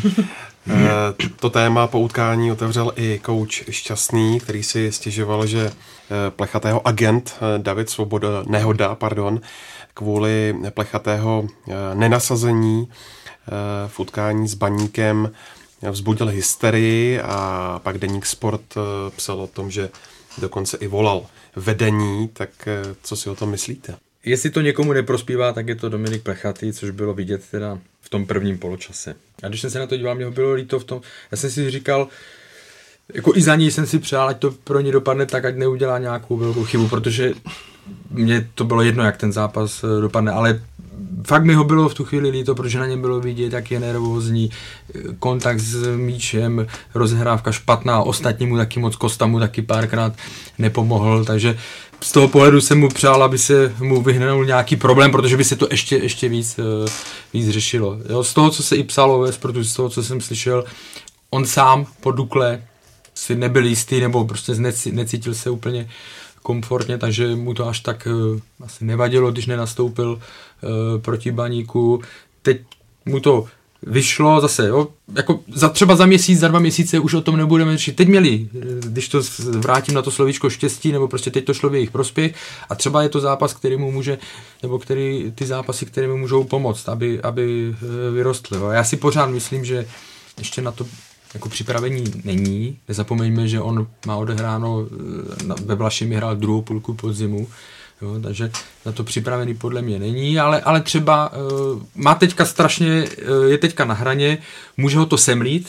To téma po utkání otevřel i kouč Šťastný, který si stěžoval, že Plechatého agent David Nehoda, kvůli Plechatého nenasazení v utkání s Baníkem vzbudil hysterii a pak deník Sport psal o tom, že dokonce i volal vedení, tak co si o tom myslíte? Jestli to někomu neprospívá, tak je to Dominik Plechatý, což bylo vidět teda v tom prvním poločase. A když jsem se na to díval, mě ho bylo líto v tom, já jsem si říkal, jako i za ní jsem si přál, ať to pro ní dopadne tak, ať neudělá nějakou velkou chybu, protože mně to bylo jedno, jak ten zápas dopadne, ale fakt mi ho bylo v tu chvíli líto, protože na něm bylo vidět, jak je nervózní, kontakt s míčem, rozhrávka špatná, ostatnímu taky moc, Kosta mu taky párkrát nepomohl, takže z toho pohledu jsem mu přál, aby se mu vyhnul nějaký problém, protože by se to ještě víc řešilo. Jo, z toho, co se i psalo ve Sportu, z toho, co jsem slyšel, on sám po Dukle si nebyl jistý, nebo prostě necítil se úplně komfortně, takže mu to až tak asi nevadilo, když nenastoupil proti Baníku. Teď mu to vyšlo zase, jo, jako třeba za měsíc, za 2 měsíce už o tom nebudeme řešit. Teď měli, když to vrátím na to slovíčko štěstí, nebo prostě teď to šlo v jejich prospěch a třeba je to zápas, který mu může, nebo ty zápasy, které mu můžou pomoct, aby vyrostly. Jo. Já si pořád myslím, že ještě na to jako připravení není. Nezapomeňme, že on má odehráno, ve Vlašimi hrál druhou půlku podzimu, jo, takže na to připravený podle mě není, ale třeba má teďka je teďka na hraně, může ho to semlít,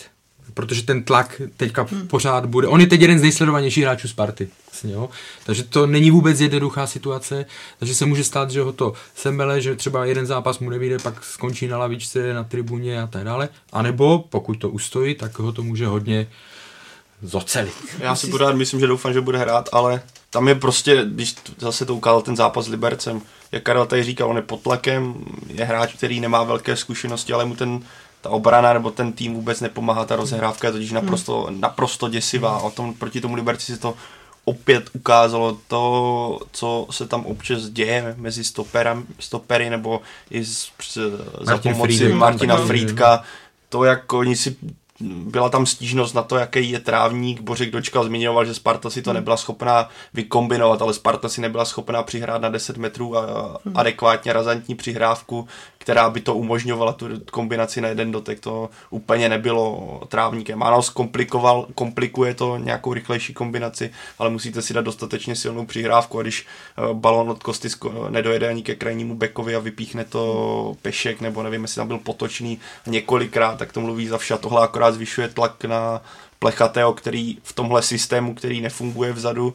protože ten tlak teďka pořád bude. On je teď jeden z nejsledovanějších hráčů Sparty. Vlastně, jo? Takže to není vůbec jednoduchá situace, takže se může stát, že ho to semele, že třeba jeden zápas mu nevyjde, pak skončí na lavičce, na tribuně a tak dále. A nebo pokud to ustojí, tak ho to může hodně zocelit. Já si pořád myslím, že doufám, že bude hrát, ale tam je prostě, když zase to ukázal ten zápas s Libercem, jak Karel tady říkal, on je pod tlakem, je hráč, který nemá velké zkušenosti, ale mu ta obrana nebo ten tým vůbec nepomáhá, ta rozehrávka je totiž naprosto děsivá. O tom, proti tomu Liberci se to opět ukázalo, to, co se tam občas děje mezi stopery nebo i za pomoci Martina Frýdka, to, jak oni si byla tam stížnost na to, jaký je trávník. Bořek Dočkal zmiňoval, že Sparta si to nebyla schopná vykombinovat, ale Sparta si nebyla schopná přihrát na 10 metrů a adekvátně razantní přihrávku, která by to umožňovala, tu kombinaci na jeden dotek. To úplně nebylo trávníkem. Ano, komplikuje to nějakou rychlejší kombinaci, ale musíte si dát dostatečně silnou přihrávku a když balon od Kosty nedojede ani ke krajnímu bekovi a vypíchne to Pešek, nebo nevím, jestli tam byl Potočný několikrát, tak to mluví za vše. Tohle akorát zvyšuje tlak na Plechatého, který v tomhle systému, který nefunguje vzadu,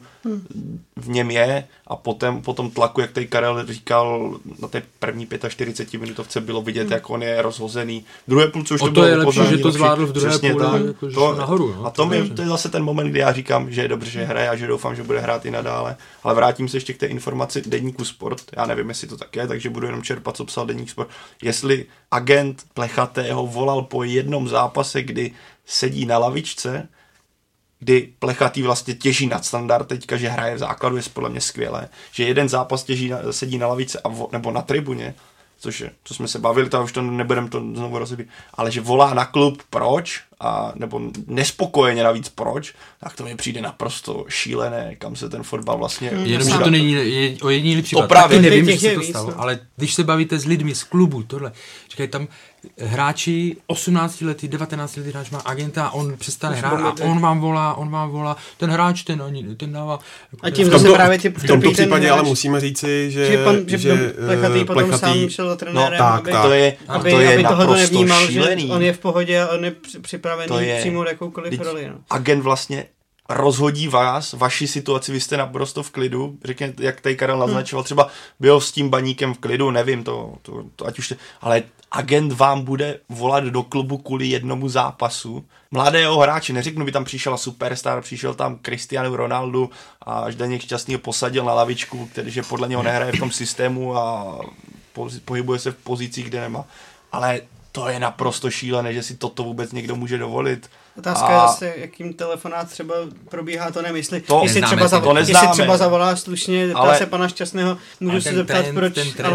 v něm je a potom tlaku, jak tady Karel říkal, na té první 45 minutovce bylo vidět, jak on je rozhozený. V druhé půlce už to bylo je lepší, že to zvládl v druhé půle jako nahoru. No, a to je zase ten moment, kdy já říkám, že je dobře, že hraje a že doufám, že bude hrát i nadále. Ale vrátím se ještě k té informaci deníku Sport. Já nevím, jestli to tak je, takže budu jenom čerpat, co psal deník Sport. Jestli agent Plechatého volal po jednom zápase, kdy sedí na lavičce, kdy Plechatý vlastně těží nadstandard teďka, že hraje v základu, je podle mě skvělé, že jeden zápas sedí na lavičce nebo na tribuně, co jsme se bavili, to už to nebudeme to znovu rozebírat, ale že volá na klub proč, nebo nespokojeně navíc proč, tak to mi přijde naprosto šílené, kam se ten fotbal vlastně... Jenomže to není o jediný případ. To právě taky nevím, že se to stalo, ale když se bavíte s lidmi z klubu, tohle, říkají tam hráči 18 letý, 19 letý hráč má agenta, on přestane hrát a on vám volá, ten hráč, ten dává... A tím zase právě v tomto případě ale musíme říci, že Plechatý potom sám šel za trenérem, to je naprosto šílený. Že on je v pohodě a on je připravený přijmout jakoukoliv roli. No. Agent vlastně rozhodí vaši situaci, vy jste naprosto v klidu, řekněme, jak tady Karel naznačoval, třeba byl s tím Baníkem v klidu, nevím, to ať už ale agent vám bude volat do klubu kvůli jednomu zápasu. Mladého hráče, neřeknu, by tam přišel superstar, přišel tam Cristiano Ronaldo a Zdeněk Šťastný ho posadil na lavičku, který že podle něho nehraje v tom systému a pohybuje se v pozicích, kde nemá. Ale to je naprosto šílené, že si toto vůbec někdo může dovolit. Otázka je zase, jakým telefonát třeba probíhá, to nevím, jestli třeba zavolá slušně, ptá se pana Šťastného, můžu se zeptat, proč,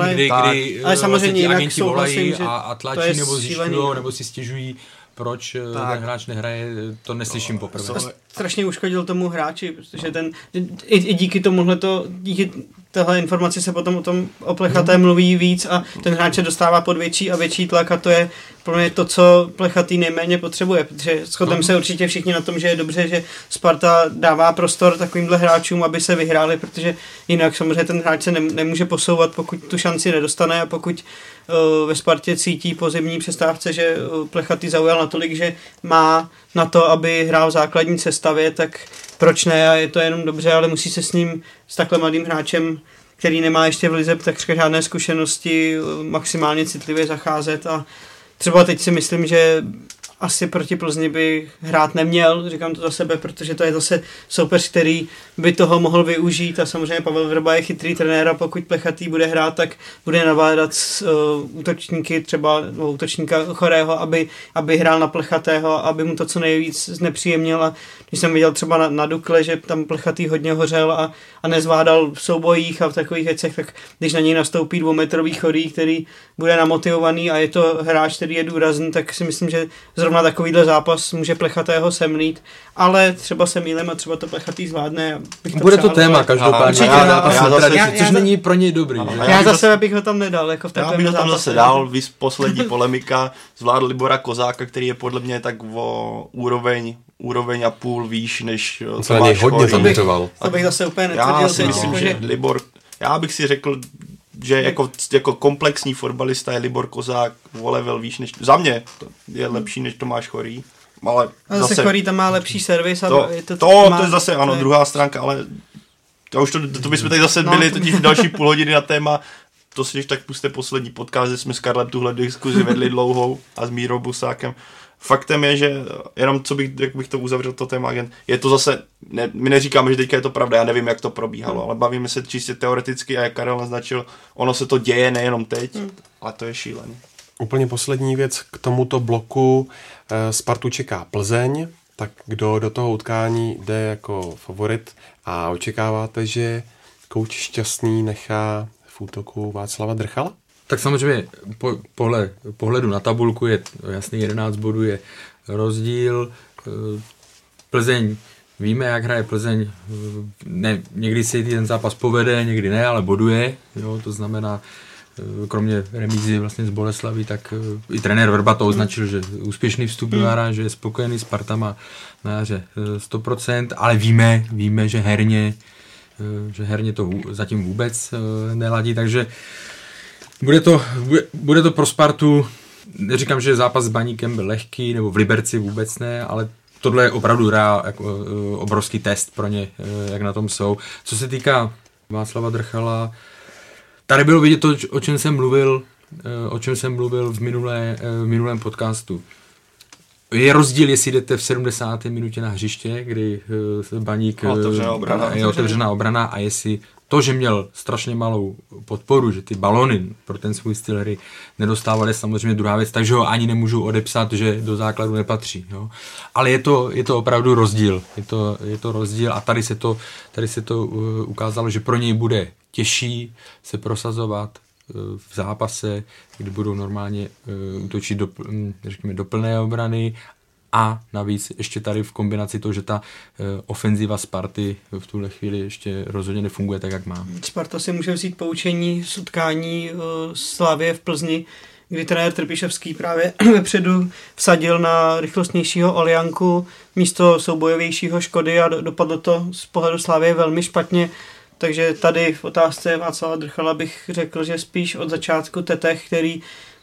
ale samozřejmě jinak souhlasím, že a tlačí nebo zjišťujou, nebo si stěžují, proč ten hráč nehraje, to neslyším poprvé. Strašně uškodil tomu hráči, protože i díky díky téhle informaci se potom o Plechaté mluví víc a ten hráč se dostává pod větší a větší tlak a to je pro mě to, co Plechatý nejméně potřebuje, protože shodneme se určitě všichni na tom, že je dobře, že Sparta dává prostor takovýmhle hráčům, aby se vyhráli, protože jinak samozřejmě ten hráč se nemůže posouvat, pokud tu šanci nedostane a pokud ve Spartě cítí po zimní přestávce, že Plechatý zaujal natolik, že má na to, aby hrál v základní sestavě, tak proč ne, a je to jenom dobře, ale musí se s takhle mladým hráčem, který nemá ještě v lize takřka žádné zkušenosti, maximálně citlivě zacházet a třeba teď si myslím, že asi proti Plzni by hrát neměl, říkám to za sebe, protože to je zase soupeř, který by toho mohl využít a samozřejmě Pavel Vrba je chytrý trenér a pokud Plechatý bude hrát, tak bude nabádat útočníky, třeba útočníka Chorého, aby hrál na Plechatého, aby mu to co nejvíc znepříjemnil a když jsem viděl třeba na Dukle, že tam Plechatý hodně hořel a nezvládal v soubojích a v takových věcech, tak když na něj nastoupí 2metrový Chorý, který bude namotivovaný a je to hráč, který je důrazný, tak si myslím, že zrovna takovýhle zápas může Plechatého semlít, ale třeba se mýlím a třeba to Plechatý zvládne. Bude to téma každopádně. Což není pro něj dobrý. Já za sebe bych ho tam nedal. Jako v takovém já bych ho tam zase dal, poslední polemika, zvládl Libora Kozáka, který je podle mě tak o úroveň a půl výš, než Tomáš hodně zaměřoval. To bych zase úplně netvrdil. Já si myslím, že Libor, já bych si řekl, že jako komplexní fotbalista je Libor Kozák o level výš než, za mě je lepší než Tomáš Chorý. ale zase Chorý tam má lepší servis. To je zase, ano, druhá stránka, ale to bychom tady zase byli totiž další půl hodiny na téma. To si když tak puste poslední podcast, že jsme s Karlem tuhle diskuzi vedli dlouhou a s Mírou Busákem. Faktem je, že jenom jak bych to uzavřel to téma agent, je to zase, my neříkáme, že teďka je to pravda, já nevím, jak to probíhalo, ale bavíme se čistě teoreticky a jak Karel naznačil, ono se to děje nejenom teď, ale to je šílené. Úplně poslední věc k tomuto bloku. Spartu čeká Plzeň, tak kdo do toho utkání jde jako favorit a očekáváte, že kouč Šťastný nechá v útoku Václava Drchala? Tak samozřejmě pohledu na tabulku je jasný 11 bodů je rozdíl. Plzeň, víme, jak hraje Plzeň, ne, někdy si ten zápas povede, někdy ne, ale boduje, jo, to znamená, kromě remízy vlastně z Boleslaví, tak i trenér Vrba to označil, že úspěšný vstup do hra, že je spokojený, Sparta má na jaře 100%, ale víme, že herně to zatím vůbec neladí, takže bude to pro Spartu, neříkám, že zápas s Baníkem byl lehký, nebo v Liberci vůbec ne, ale tohle je opravdu obrovský test pro ně, jak na tom jsou. Co se týká Václava Drchala, tady bylo vidět to, o čem jsem mluvil v minulém podcastu. Je rozdíl, jestli jdete v 70. minutě na hřiště, kdy Baník je otevřená obrana a jestli to, že měl strašně malou podporu, že ty balony pro ten svůj styl hry nedostávaly, samozřejmě druhá věc, takže ho ani nemůžu odepsat, že do základu nepatří. Jo. Ale je to opravdu rozdíl. Je to rozdíl a tady se to ukázalo, že pro něj bude těžší se prosazovat v zápase, kdy budou normálně útočit do plné obrany a navíc ještě tady v kombinaci toho, že ta ofenziva Sparty v tuhle chvíli ještě rozhodně nefunguje tak, jak má. Sparta si může vzít poučení z utkání Slavie v Plzni, kdy trenér Trpišovský právě vepředu vsadil na rychlostnějšího Olianku místo soubojovějšího Škody a dopadlo to z pohledu Slavie velmi špatně. Takže tady v otázce Václava Drchala bych řekl, že spíš od začátku Tetech, který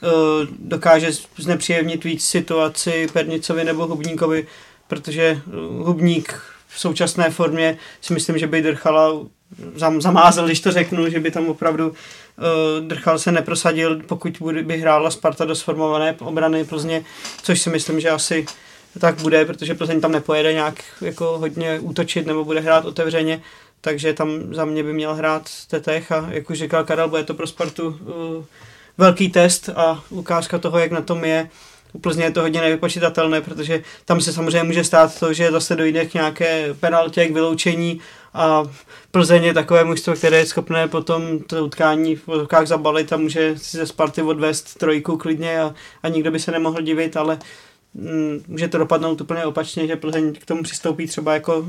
dokáže znepříjemnit víc situaci Pernicovi nebo Hubníkovi, protože Hubník v současné formě si myslím, že by Drchala zamázel, když to řeknu, že by tam opravdu Drchal se neprosadil, pokud by hrála Sparta do sformované obrany Plzně, což si myslím, že asi tak bude, protože Plzeň tam nepojede nějak jako hodně útočit nebo bude hrát otevřeně, takže tam za mě by měl hrát Tetech a jak už říkal Karel, bude to pro Spartu velký test a ukázka toho, jak na tom je. U Plzně je to hodně nevypočitatelné, protože tam se samozřejmě může stát to, že zase dojde k nějaké penaltě, k vyloučení a Plzeň je takové mužstvo, které je schopné potom to utkání v rukách zabalit a může si ze Sparty odvést trojku klidně a nikdo by se nemohl divit, ale může to dopadnout úplně opačně, že Plzeň k tomu přistoupí třeba jako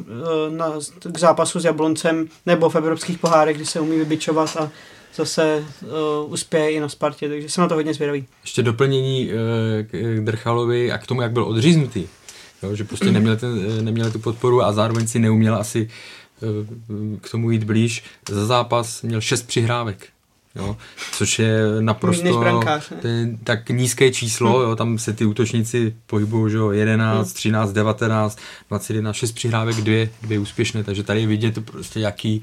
k zápasu s Jabloncem nebo v evropských pohárech, kdy se umí vybičovat a zase uspěje i na Spartě, takže jsem na to hodně zvědavý. Ještě doplnění k Drchalovi a k tomu, jak byl odříznutý, jo, že prostě neměl tu podporu a zároveň si neuměl asi k tomu jít blíž. Za zápas měl 6 přihrávek. Jo, což je naprosto tak nízké číslo, jo, tam se ty útočníci pohybují, že jo, 11, 13, 19, 21, 6 přihrávek, 2 úspěšné, takže tady je vidět prostě jaký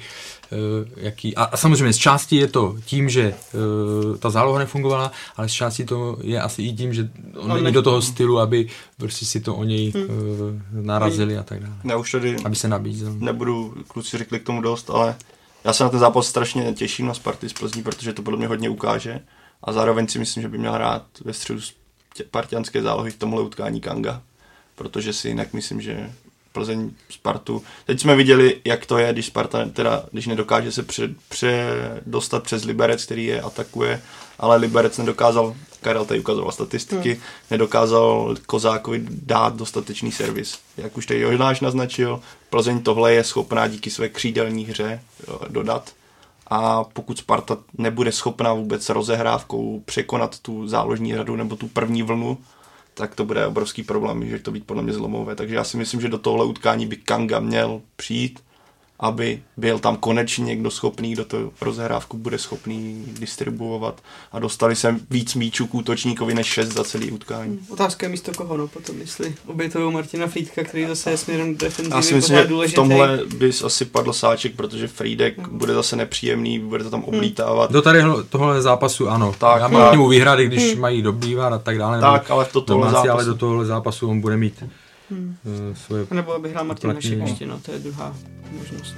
a samozřejmě z části je to tím, že ta záloha nefungovala, ale z části to je asi i tím, že on není do toho stylu, aby prostě si to o něj narazili a tak dále. Já už tady aby se nabízel. Nebudu, kluci řekli k tomu dost, ale já se na ten zápas strašně těším na Sparty z Plzní, protože to podle mě hodně ukáže a zároveň si myslím, že by měl hrát ve středu parťanské zálohy v tomhle utkání Kanga, protože si jinak myslím, že Plzeň Spartu. Teď jsme viděli, jak to je, když Sparta když nedokáže se dostat přes Liberec, který je atakuje, ale Liberec nedokázal, Karel tady ukazoval statistiky, nedokázal Kozákovi dát dostatečný servis. Jak už tady Jožnáš naznačil, Plzeň tohle je schopná díky své křídelní hře dodat. A pokud Sparta nebude schopná vůbec rozehrávkou překonat tu záložní řadu nebo tu první vlnu, tak to bude obrovský problém, že to být podle mě zlomové. Takže já si myslím, že do tohle utkání by Kanga měl přijít aby byl tam konečně někdo schopný, kdo to rozehrávku bude schopný distribuovat a dostali sem víc míčů k útočníkovi než 6 za celý utkání. Otázka je místo koho, no potom, jestli obětují Martina Frýdka, který zase je směrem do defenzivy. Já si myslím, že v tomhle bys asi padl sáček, protože Frýdek bude zase nepříjemný, bude to tam oblítávat. Do tady tohle zápasu ano. Tak, já mám k němu výhrady, když mají dobrývat a tak dále. Tak, ale do tohle zápasu on bude mít svoje... Nebo aby hrál Martin Hašek ještě, no, to je druhá možnost.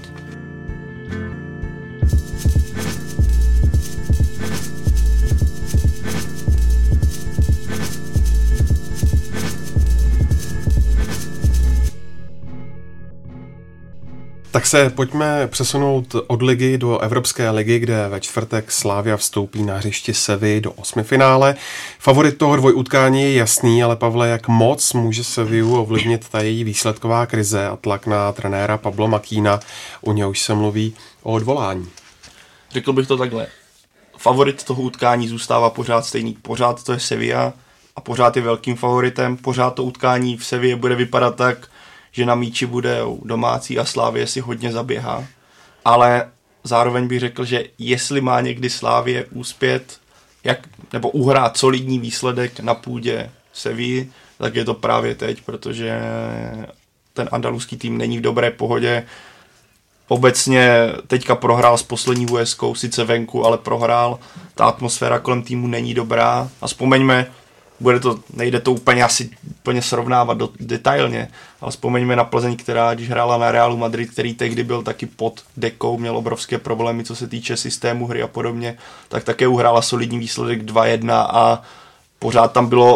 Tak se pojďme přesunout od ligy do Evropské ligy, kde ve čtvrtek Slavia vstoupí na hřiště Sevy do 8finále. Favorit toho dvojutkání je jasný, ale Pavle, jak moc může Sevillu ovlivnit ta její výsledková krize a tlak na trenéra Pablo Makína, u něhož se mluví o odvolání? Řekl bych to takhle. Favorit toho utkání zůstává pořád stejný. Pořád to je Sevilla a pořád je velkým favoritem. Pořád to utkání v Seville bude vypadat tak, že na míči bude domácí a Slavie si hodně zaběhá. Ale zároveň bych řekl, že jestli má někdy Slavie uspět nebo uhrát solidní výsledek na půdě Sevilly, tak je to právě teď, protože ten andaluský tým není v dobré pohodě. Obecně teďka prohrál s poslední USkou, sice venku, ale prohrál. Ta atmosféra kolem týmu není dobrá. A vzpomeňme, nejde to úplně srovnávat detailně, ale vzpomeňme na Plzeň, která když hrála na Realu Madrid, který tehdy byl taky pod dekou, měl obrovské problémy, co se týče systému hry a podobně, tak také uhrála solidní výsledek 2-1 a pořád tam bylo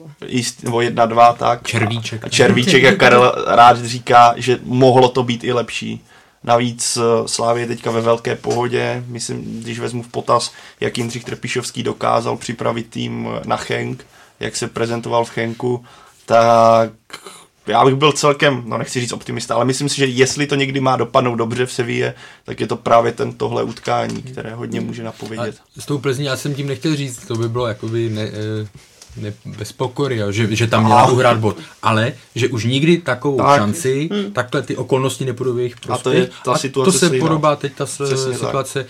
1-2, tak. Červíček, jak Karel rád říká, že mohlo to být i lepší. Navíc Slavie je teďka ve velké pohodě, myslím, když vezmu v potaz, jak Jindřich Trpišovský dokázal připravit tým na Genk, jak se prezentoval v Genku, tak já bych byl celkem, nechci říct optimista, ale myslím si, že jestli to někdy má dopadnout dobře v Seville, tak je to právě tohle utkání, které hodně může napovědět. A s tou Plzní já jsem tím nechtěl říct, to by bylo jakoby bez pokory, že tam měla uhrát bod, ale že už nikdy takovou šanci, takhle ty okolnosti nepůjdou v jejich prospěch. To se podobá teď ta situace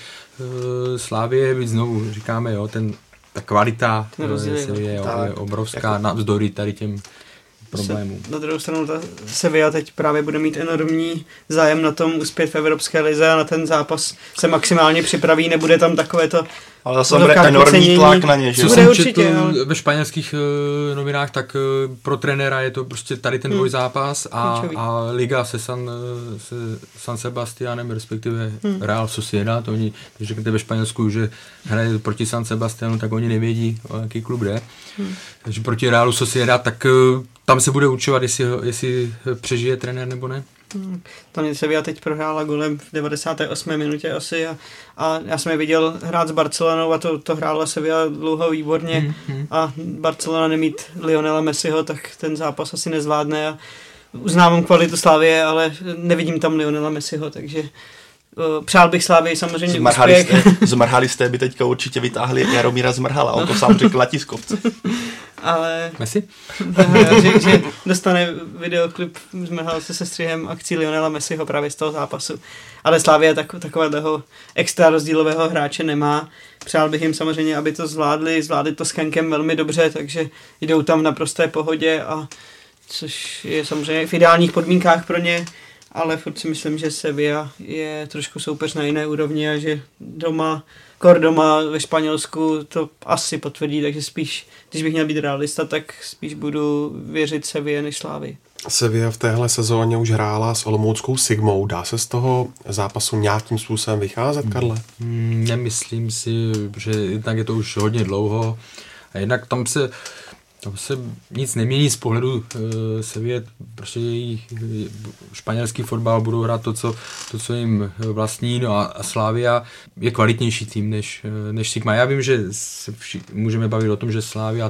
Slavie, byť znovu říkáme, ta kvalita je obrovská navzdory tady těm problémů. Na druhou stranu ta Sevilla teď právě bude mít enormní zájem na tom uspět v Evropské lize a na ten zápas se maximálně připraví, nebude tam takové to. Ale zase bude enormní tlak na ně, že? Co jsem četl ve španělských novinách, tak pro trenéra je to prostě tady ten dvojzápas a liga se San Sebastianem, respektive Real Sociedad, oni, když řeknete ve Španělsku, že hraje proti San Sebastianu, tak oni nevědí, o jaký klub jde. Takže proti Realu Sociedad, tak tam se bude určovat, jestli přežije trenér nebo ne. Tam Sevilla teď prohrála golem v 98. minutě asi a já jsem je viděl hrát s Barcelonou a to hrála Sevilla dlouho výborně a Barcelona nemít Lionela Messiho, tak ten zápas asi nezvládne a uznávám kvalitu Slavie, ale nevidím tam Lionela Messiho, takže přál bych Slavii samozřejmě úspěch. Zmrhalisté by teďka určitě vytáhli Jaromíra Zmrhala, on to sám řekl na tiskovce. Ale Messi? že dostane videoklip Zmrhal se sestřihem akcí Lionela Messiho právě z toho zápasu. Ale Slavia takového extra rozdílového hráče nemá. Přál bych jim samozřejmě, aby to zvládli to s Genkem velmi dobře, takže jdou tam v naprosté pohodě, a což je samozřejmě v ideálních podmínkách pro ně, ale furt si myslím, že Sevilla je trošku soupeř na jiné úrovni a že doma ve Španělsku to asi potvrdí, takže spíš, když bych měl být realista, tak spíš budu věřit Sevilla než Slavii. Sevilla v téhle sezóně už hrála s olomouckou Sigmou. Dá se z toho zápasu nějakým způsobem vycházet, Karle? Nemyslím si, že jednak je to už hodně dlouho a jednak tam se nic nemění z pohledu Sevilla, prostě její španělský fotbal budou hrát to, co jim vlastní, no a Slavia je kvalitnější tým než Sigma. Já vím, že můžeme bavit o tom, že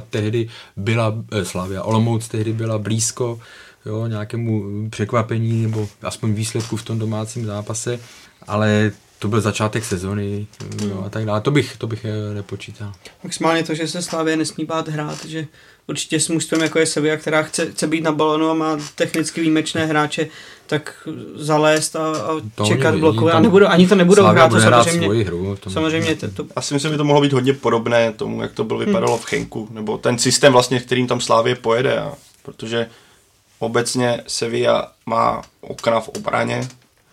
Olomouc tehdy byla blízko nějakému překvapení nebo aspoň výsledku v tom domácím zápase, ale to byl začátek sezony a tak dále. To bych nepočítal. Maximálně to, že se Slavie nesmí bát hrát, že určitě s mužstvem jako je Sevilla, která chce být na balonu a má technicky výjimečné hráče, tak zalézt a čekat blokové. A ani to nebudou hrát, to samozřejmě. Svoji hru, samozřejmě Já si myslím, že to mohlo být hodně podobné tomu, jak to bylo vypadalo v Genku, nebo ten systém vlastně, kterým tam Slavie pojede, protože obecně Sevilla má okna v obraně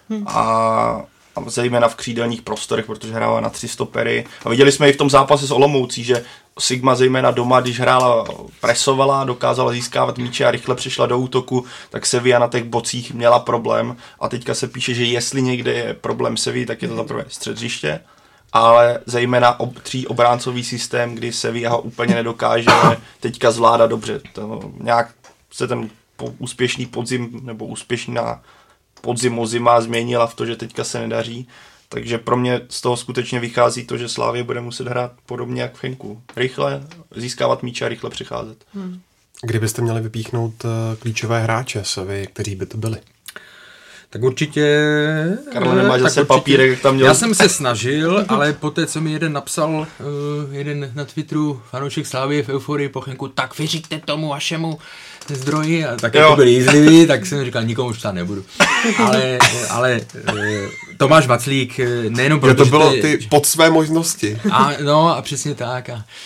a zejména v křídelních prostorech, protože hrála na 3 stopery. A viděli jsme i v tom zápase s Olomoucí, že Sigma zejména doma, když hrála, presovala, dokázala získávat míče a rychle přišla do útoku, tak Sevilla na těch bocích měla problém. A teďka se píše, že jestli někde je problém Sevilla, tak je to zaprvé středřiště, ale zejména 3 obráncový systém, kdy Sevilla ho úplně nedokáže teďka zvládat dobře. To nějak se ten úspěšný podzim nebo úspěšná podzim-zima změnila v to, že teďka se nedaří. Takže pro mě z toho skutečně vychází to, že Slavie bude muset hrát podobně jak v Genku. Rychle získávat míče a rychle přicházet. Kdybyste měli vypíchnout klíčové hráče Sevilla, kteří by to byli? Tak určitě... Karlo, nemáš zase papírek, jak tam měl... Já jsem se snažil, ale poté, co mi jeden napsal, jeden na Twitteru, fanoušek Slavie v euforii po Genku, tak vyříkte tomu vašemu zdroji, a tak jako byl jízlivý, tak jsem říkal, nikomu už ptát nebudu. Ale Tomáš Vaclík, nejenom proto, to bylo ty pod své možnosti. A přesně tak.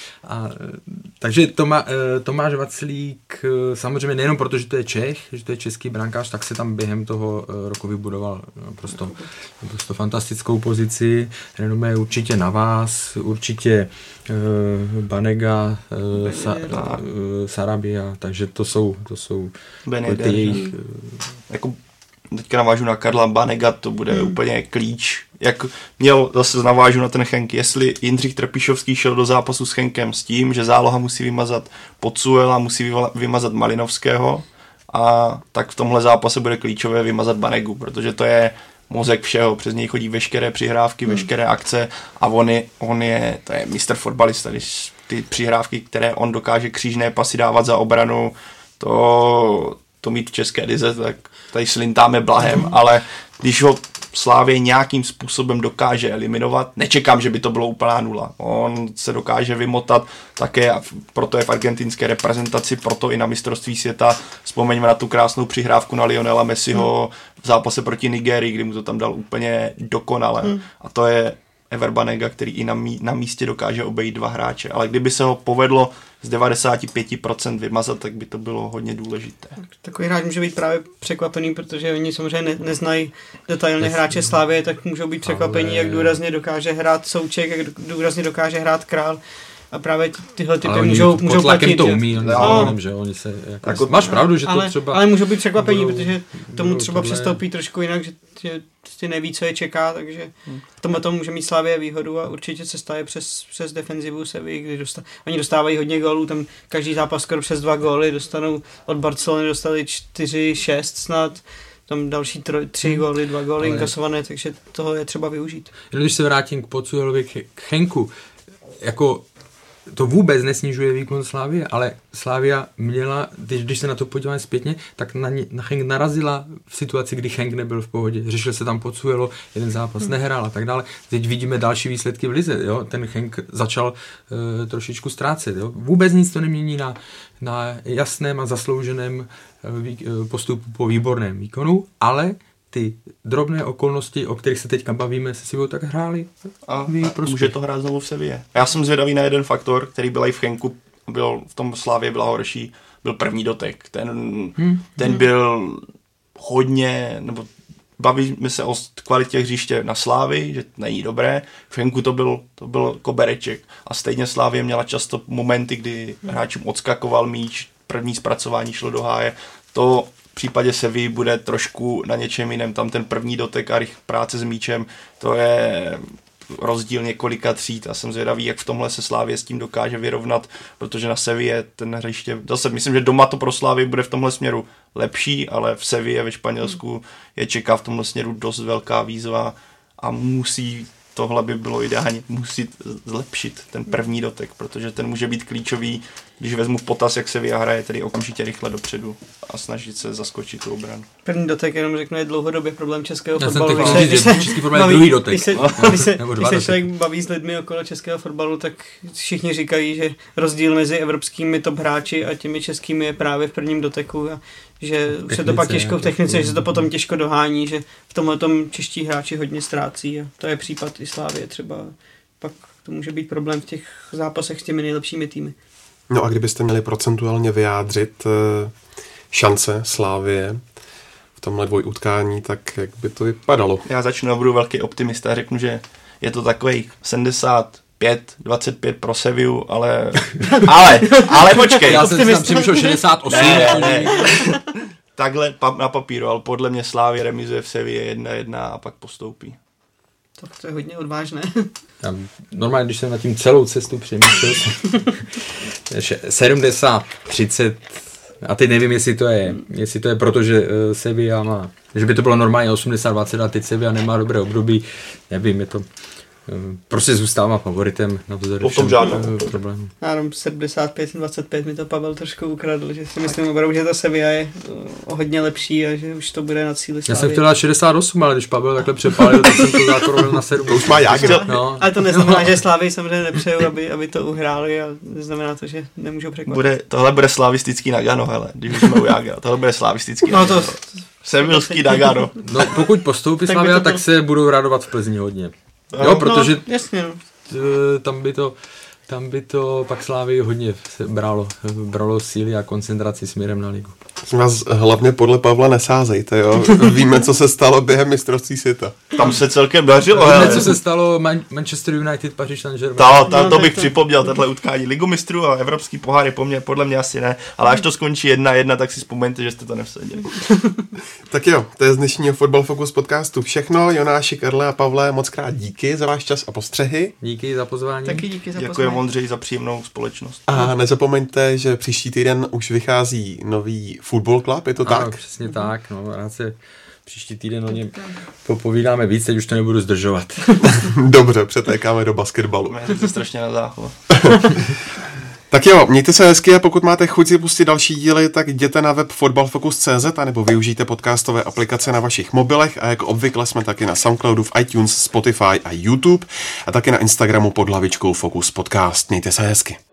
Takže Tomáš Vaclík, samozřejmě nejenom proto, že to je Čech, že to je český brankář, tak se tam během toho roku vybudoval prostě fantastickou pozici. Renomé určitě na vás, určitě Banega, Sarabia, takže to jsou ty jejich... Jako teďka navážu na Karla Banega, to bude úplně klíč. Jak měl, zase navážu na ten Genk, jestli Jindřich Trpišovský šel do zápasu s Genkem s tím, že záloha musí vymazat Pocuela, musí vymazat Malinovského, a tak v tomhle zápase bude klíčové vymazat Banegu, protože to je mozek všeho, přes něj chodí veškeré přihrávky, veškeré akce a to je mistr fotbalista, když ty přihrávky, které on dokáže křížné pasy dávat za obranu, to mít v české lize, tak tady slintáme blahem, ale když ho Slavie nějakým způsobem dokáže eliminovat, nečekám, že by to bylo úplná nula. On se dokáže vymotat také, proto je v argentinské reprezentaci, proto i na mistrovství světa. Vzpomeňme na tu krásnou přihrávku na Lionela Messiho v zápase proti Nigérii, kdy mu to tam dal úplně dokonale. A to je Ever Banega, který i na místě dokáže obejít 2 hráče. Ale kdyby se ho povedlo z 95% vymazat, tak by to bylo hodně důležité. Takový hráč může být právě překvapený, protože oni samozřejmě neznají detailně hráče Slavie, tak můžou být překvapení, jak důrazně dokáže hrát Souček, jak důrazně dokáže hrát Král. A právě tyhle typy můžou platit. To umí, že oni se jako máš pravdu, že to třeba... Ale můžou být překvapení, protože tomu třeba přistoupí trošku jinak, že prostě neví, co je čeká, takže v tomhle tomu může mít Slavie výhodu a určitě se staje přes defenzivu Sevilla, kdy oni dostávají hodně gólů, tam každý zápas skoro přes 2 góly, dostanou od Barcelony, dostali 4-6 snad, tam další 3 góly, 2 góly inkasované, takže toho je třeba využít. Když se vrátím k Pocuelovi, k Genku, jako to vůbec nesnižuje výkon Slavie, ale Slavia měla, když se na to podíváme zpětně, tak na Genk narazila v situaci, kdy Genk nebyl v pohodě. Řešil se tam Pocuelo, jeden zápas nehrál a tak dále. Teď vidíme další výsledky v lize. Jo? Ten Genk začal trošičku ztrácet. Jo? Vůbec nic to nemění na jasném a zaslouženém postupu po výborném výkonu, ale ty drobné okolnosti, o kterých se teďka bavíme, se si tak hráli. A může to hrát znovu v Sevilla. Já jsem zvědavý na jeden faktor, který byl i v Genku, byl v tom Slavii byla horší, byl první dotek. Ten byl hodně, nebo bavíme se o kvalitě hřiště na Slavii, že není dobré. V Genku to byl kobereček. A stejně Slavie měla často momenty, kdy hráčům odskakoval míč, první zpracování šlo do háje. To v případě Sevilla bude trošku na něčem jiném. Tam ten první dotek a práce s míčem, to je rozdíl několika tříd a jsem zvědavý, jak v tomhle se Slavie s tím dokáže vyrovnat, protože na Sevilla ten hřiště, zase myslím, že doma to pro Slavii bude v tomhle směru lepší, ale v Sevilla ve Španělsku je čeká v tomhle směru dost velká výzva a tohle by bylo ideálně, musí zlepšit ten první dotek, protože ten může být klíčový když vezmu v potaz, jak se hraje tedy okamžitě rychle dopředu a snažit se zaskočit tu obranu. První dotek, jenom řeknu, je dlouhodobě problém českého Já fotbalu. český fotbal je druhý dotek. Když se člověk baví s lidmi okolo českého fotbalu, tak všichni říkají, že rozdíl mezi evropskými top hráči a těmi českými je právě v prvním doteku a že se to pak těžko v technice, že se to potom těžko dohání, že v tomhle tom čeští hráči hodně ztrácí a to je případ i Slávie třeba. Pak to může být problém v těch zápasech s těmi nejlepšími týmy. No a kdybyste měli procentuálně vyjádřit šance Slávie v tomhle dvojutkání, tak jak by to vypadalo? Já začnu a budu velký optimista a řeknu, že je to takových 75-25 pro Sevillu, ale počkej. Já jsem tam přemýšlel 68. Ne. Takhle na papíru, ale podle mě Slávie remizuje v Seville 1-1 a pak postoupí. To je hodně odvážné. Já normálně, když jsem na tím celou cestu přemýšlel, 70-30, a teď nevím, jestli to je proto, že Sevilla má, že by to bylo normálně 80-20 a teď Sevilla nemá dobré období, nevím, je to, prostě zůstává favoritem navzdory všem problémům. Já jenom 75-25 mi to Pavel trošku ukradl, že si myslím opravdu, že ta Sevilla je hodně lepší a že už to bude na cíli Slávy. Já jsem chtěl dát 68, ale když Pavel takhle přepálil, tak jsem to zákorovil na 7. To už má Jágr. No. Ale to neznamená, že Slávy samozřejmě nepřeju, aby to uhráli a neznamená to, že nemůžou překvapit. Tohle bude slavistický Nagano, hele, když jsme u Jágra. Tohle bude slavistický Nagano. Sevillský Nagano. No pokud postoupí Slavia, tak se budou radovat v Plzni hodně. Jo, protože no, jasně, no. Tam by to pak Slávii hodně bralo síly a koncentraci směrem na ligu. Vás hlavně podle Pavla nesázejte, jo? Víme, co se stalo během mistrovství světa. Tam se celkem dařilo. Víme, co se stalo Manchester United, Paris Saint-Germain. To bych připomněl, tato utkání. Ligu mistrů a evropský pohár je podle mě asi ne, ale až to skončí 1-1, tak si vzpomeňte, že jste to nevsadili. Tak jo, to je z dnešního Fotbal Focus podcastu všechno. Jonáši, Karle a Pavle, moc krát díky za váš čas a postřehy. Díky za pozvání. Taky díky za pozvání. Děkuji Ondřej za příjemnou společnost. A nezapomeňte, že příští týden už vychází nový Football Club, je to tak? Ano, přesně tak, no, rád se příští týden o něm popovídáme víc, teď už to nebudu zdržovat. Dobře, přetékáme do basketbalu. Mě to strašně nadáchlo. Tak jo, mějte se hezky a pokud máte chuť si pustit další díly, tak jděte na web fotbalfocus.cz anebo využijte podcastové aplikace na vašich mobilech a jako obvykle jsme taky na Soundcloudu, v iTunes, Spotify a YouTube a taky na Instagramu pod hlavičkou Focus Podcast. Mějte se hezky.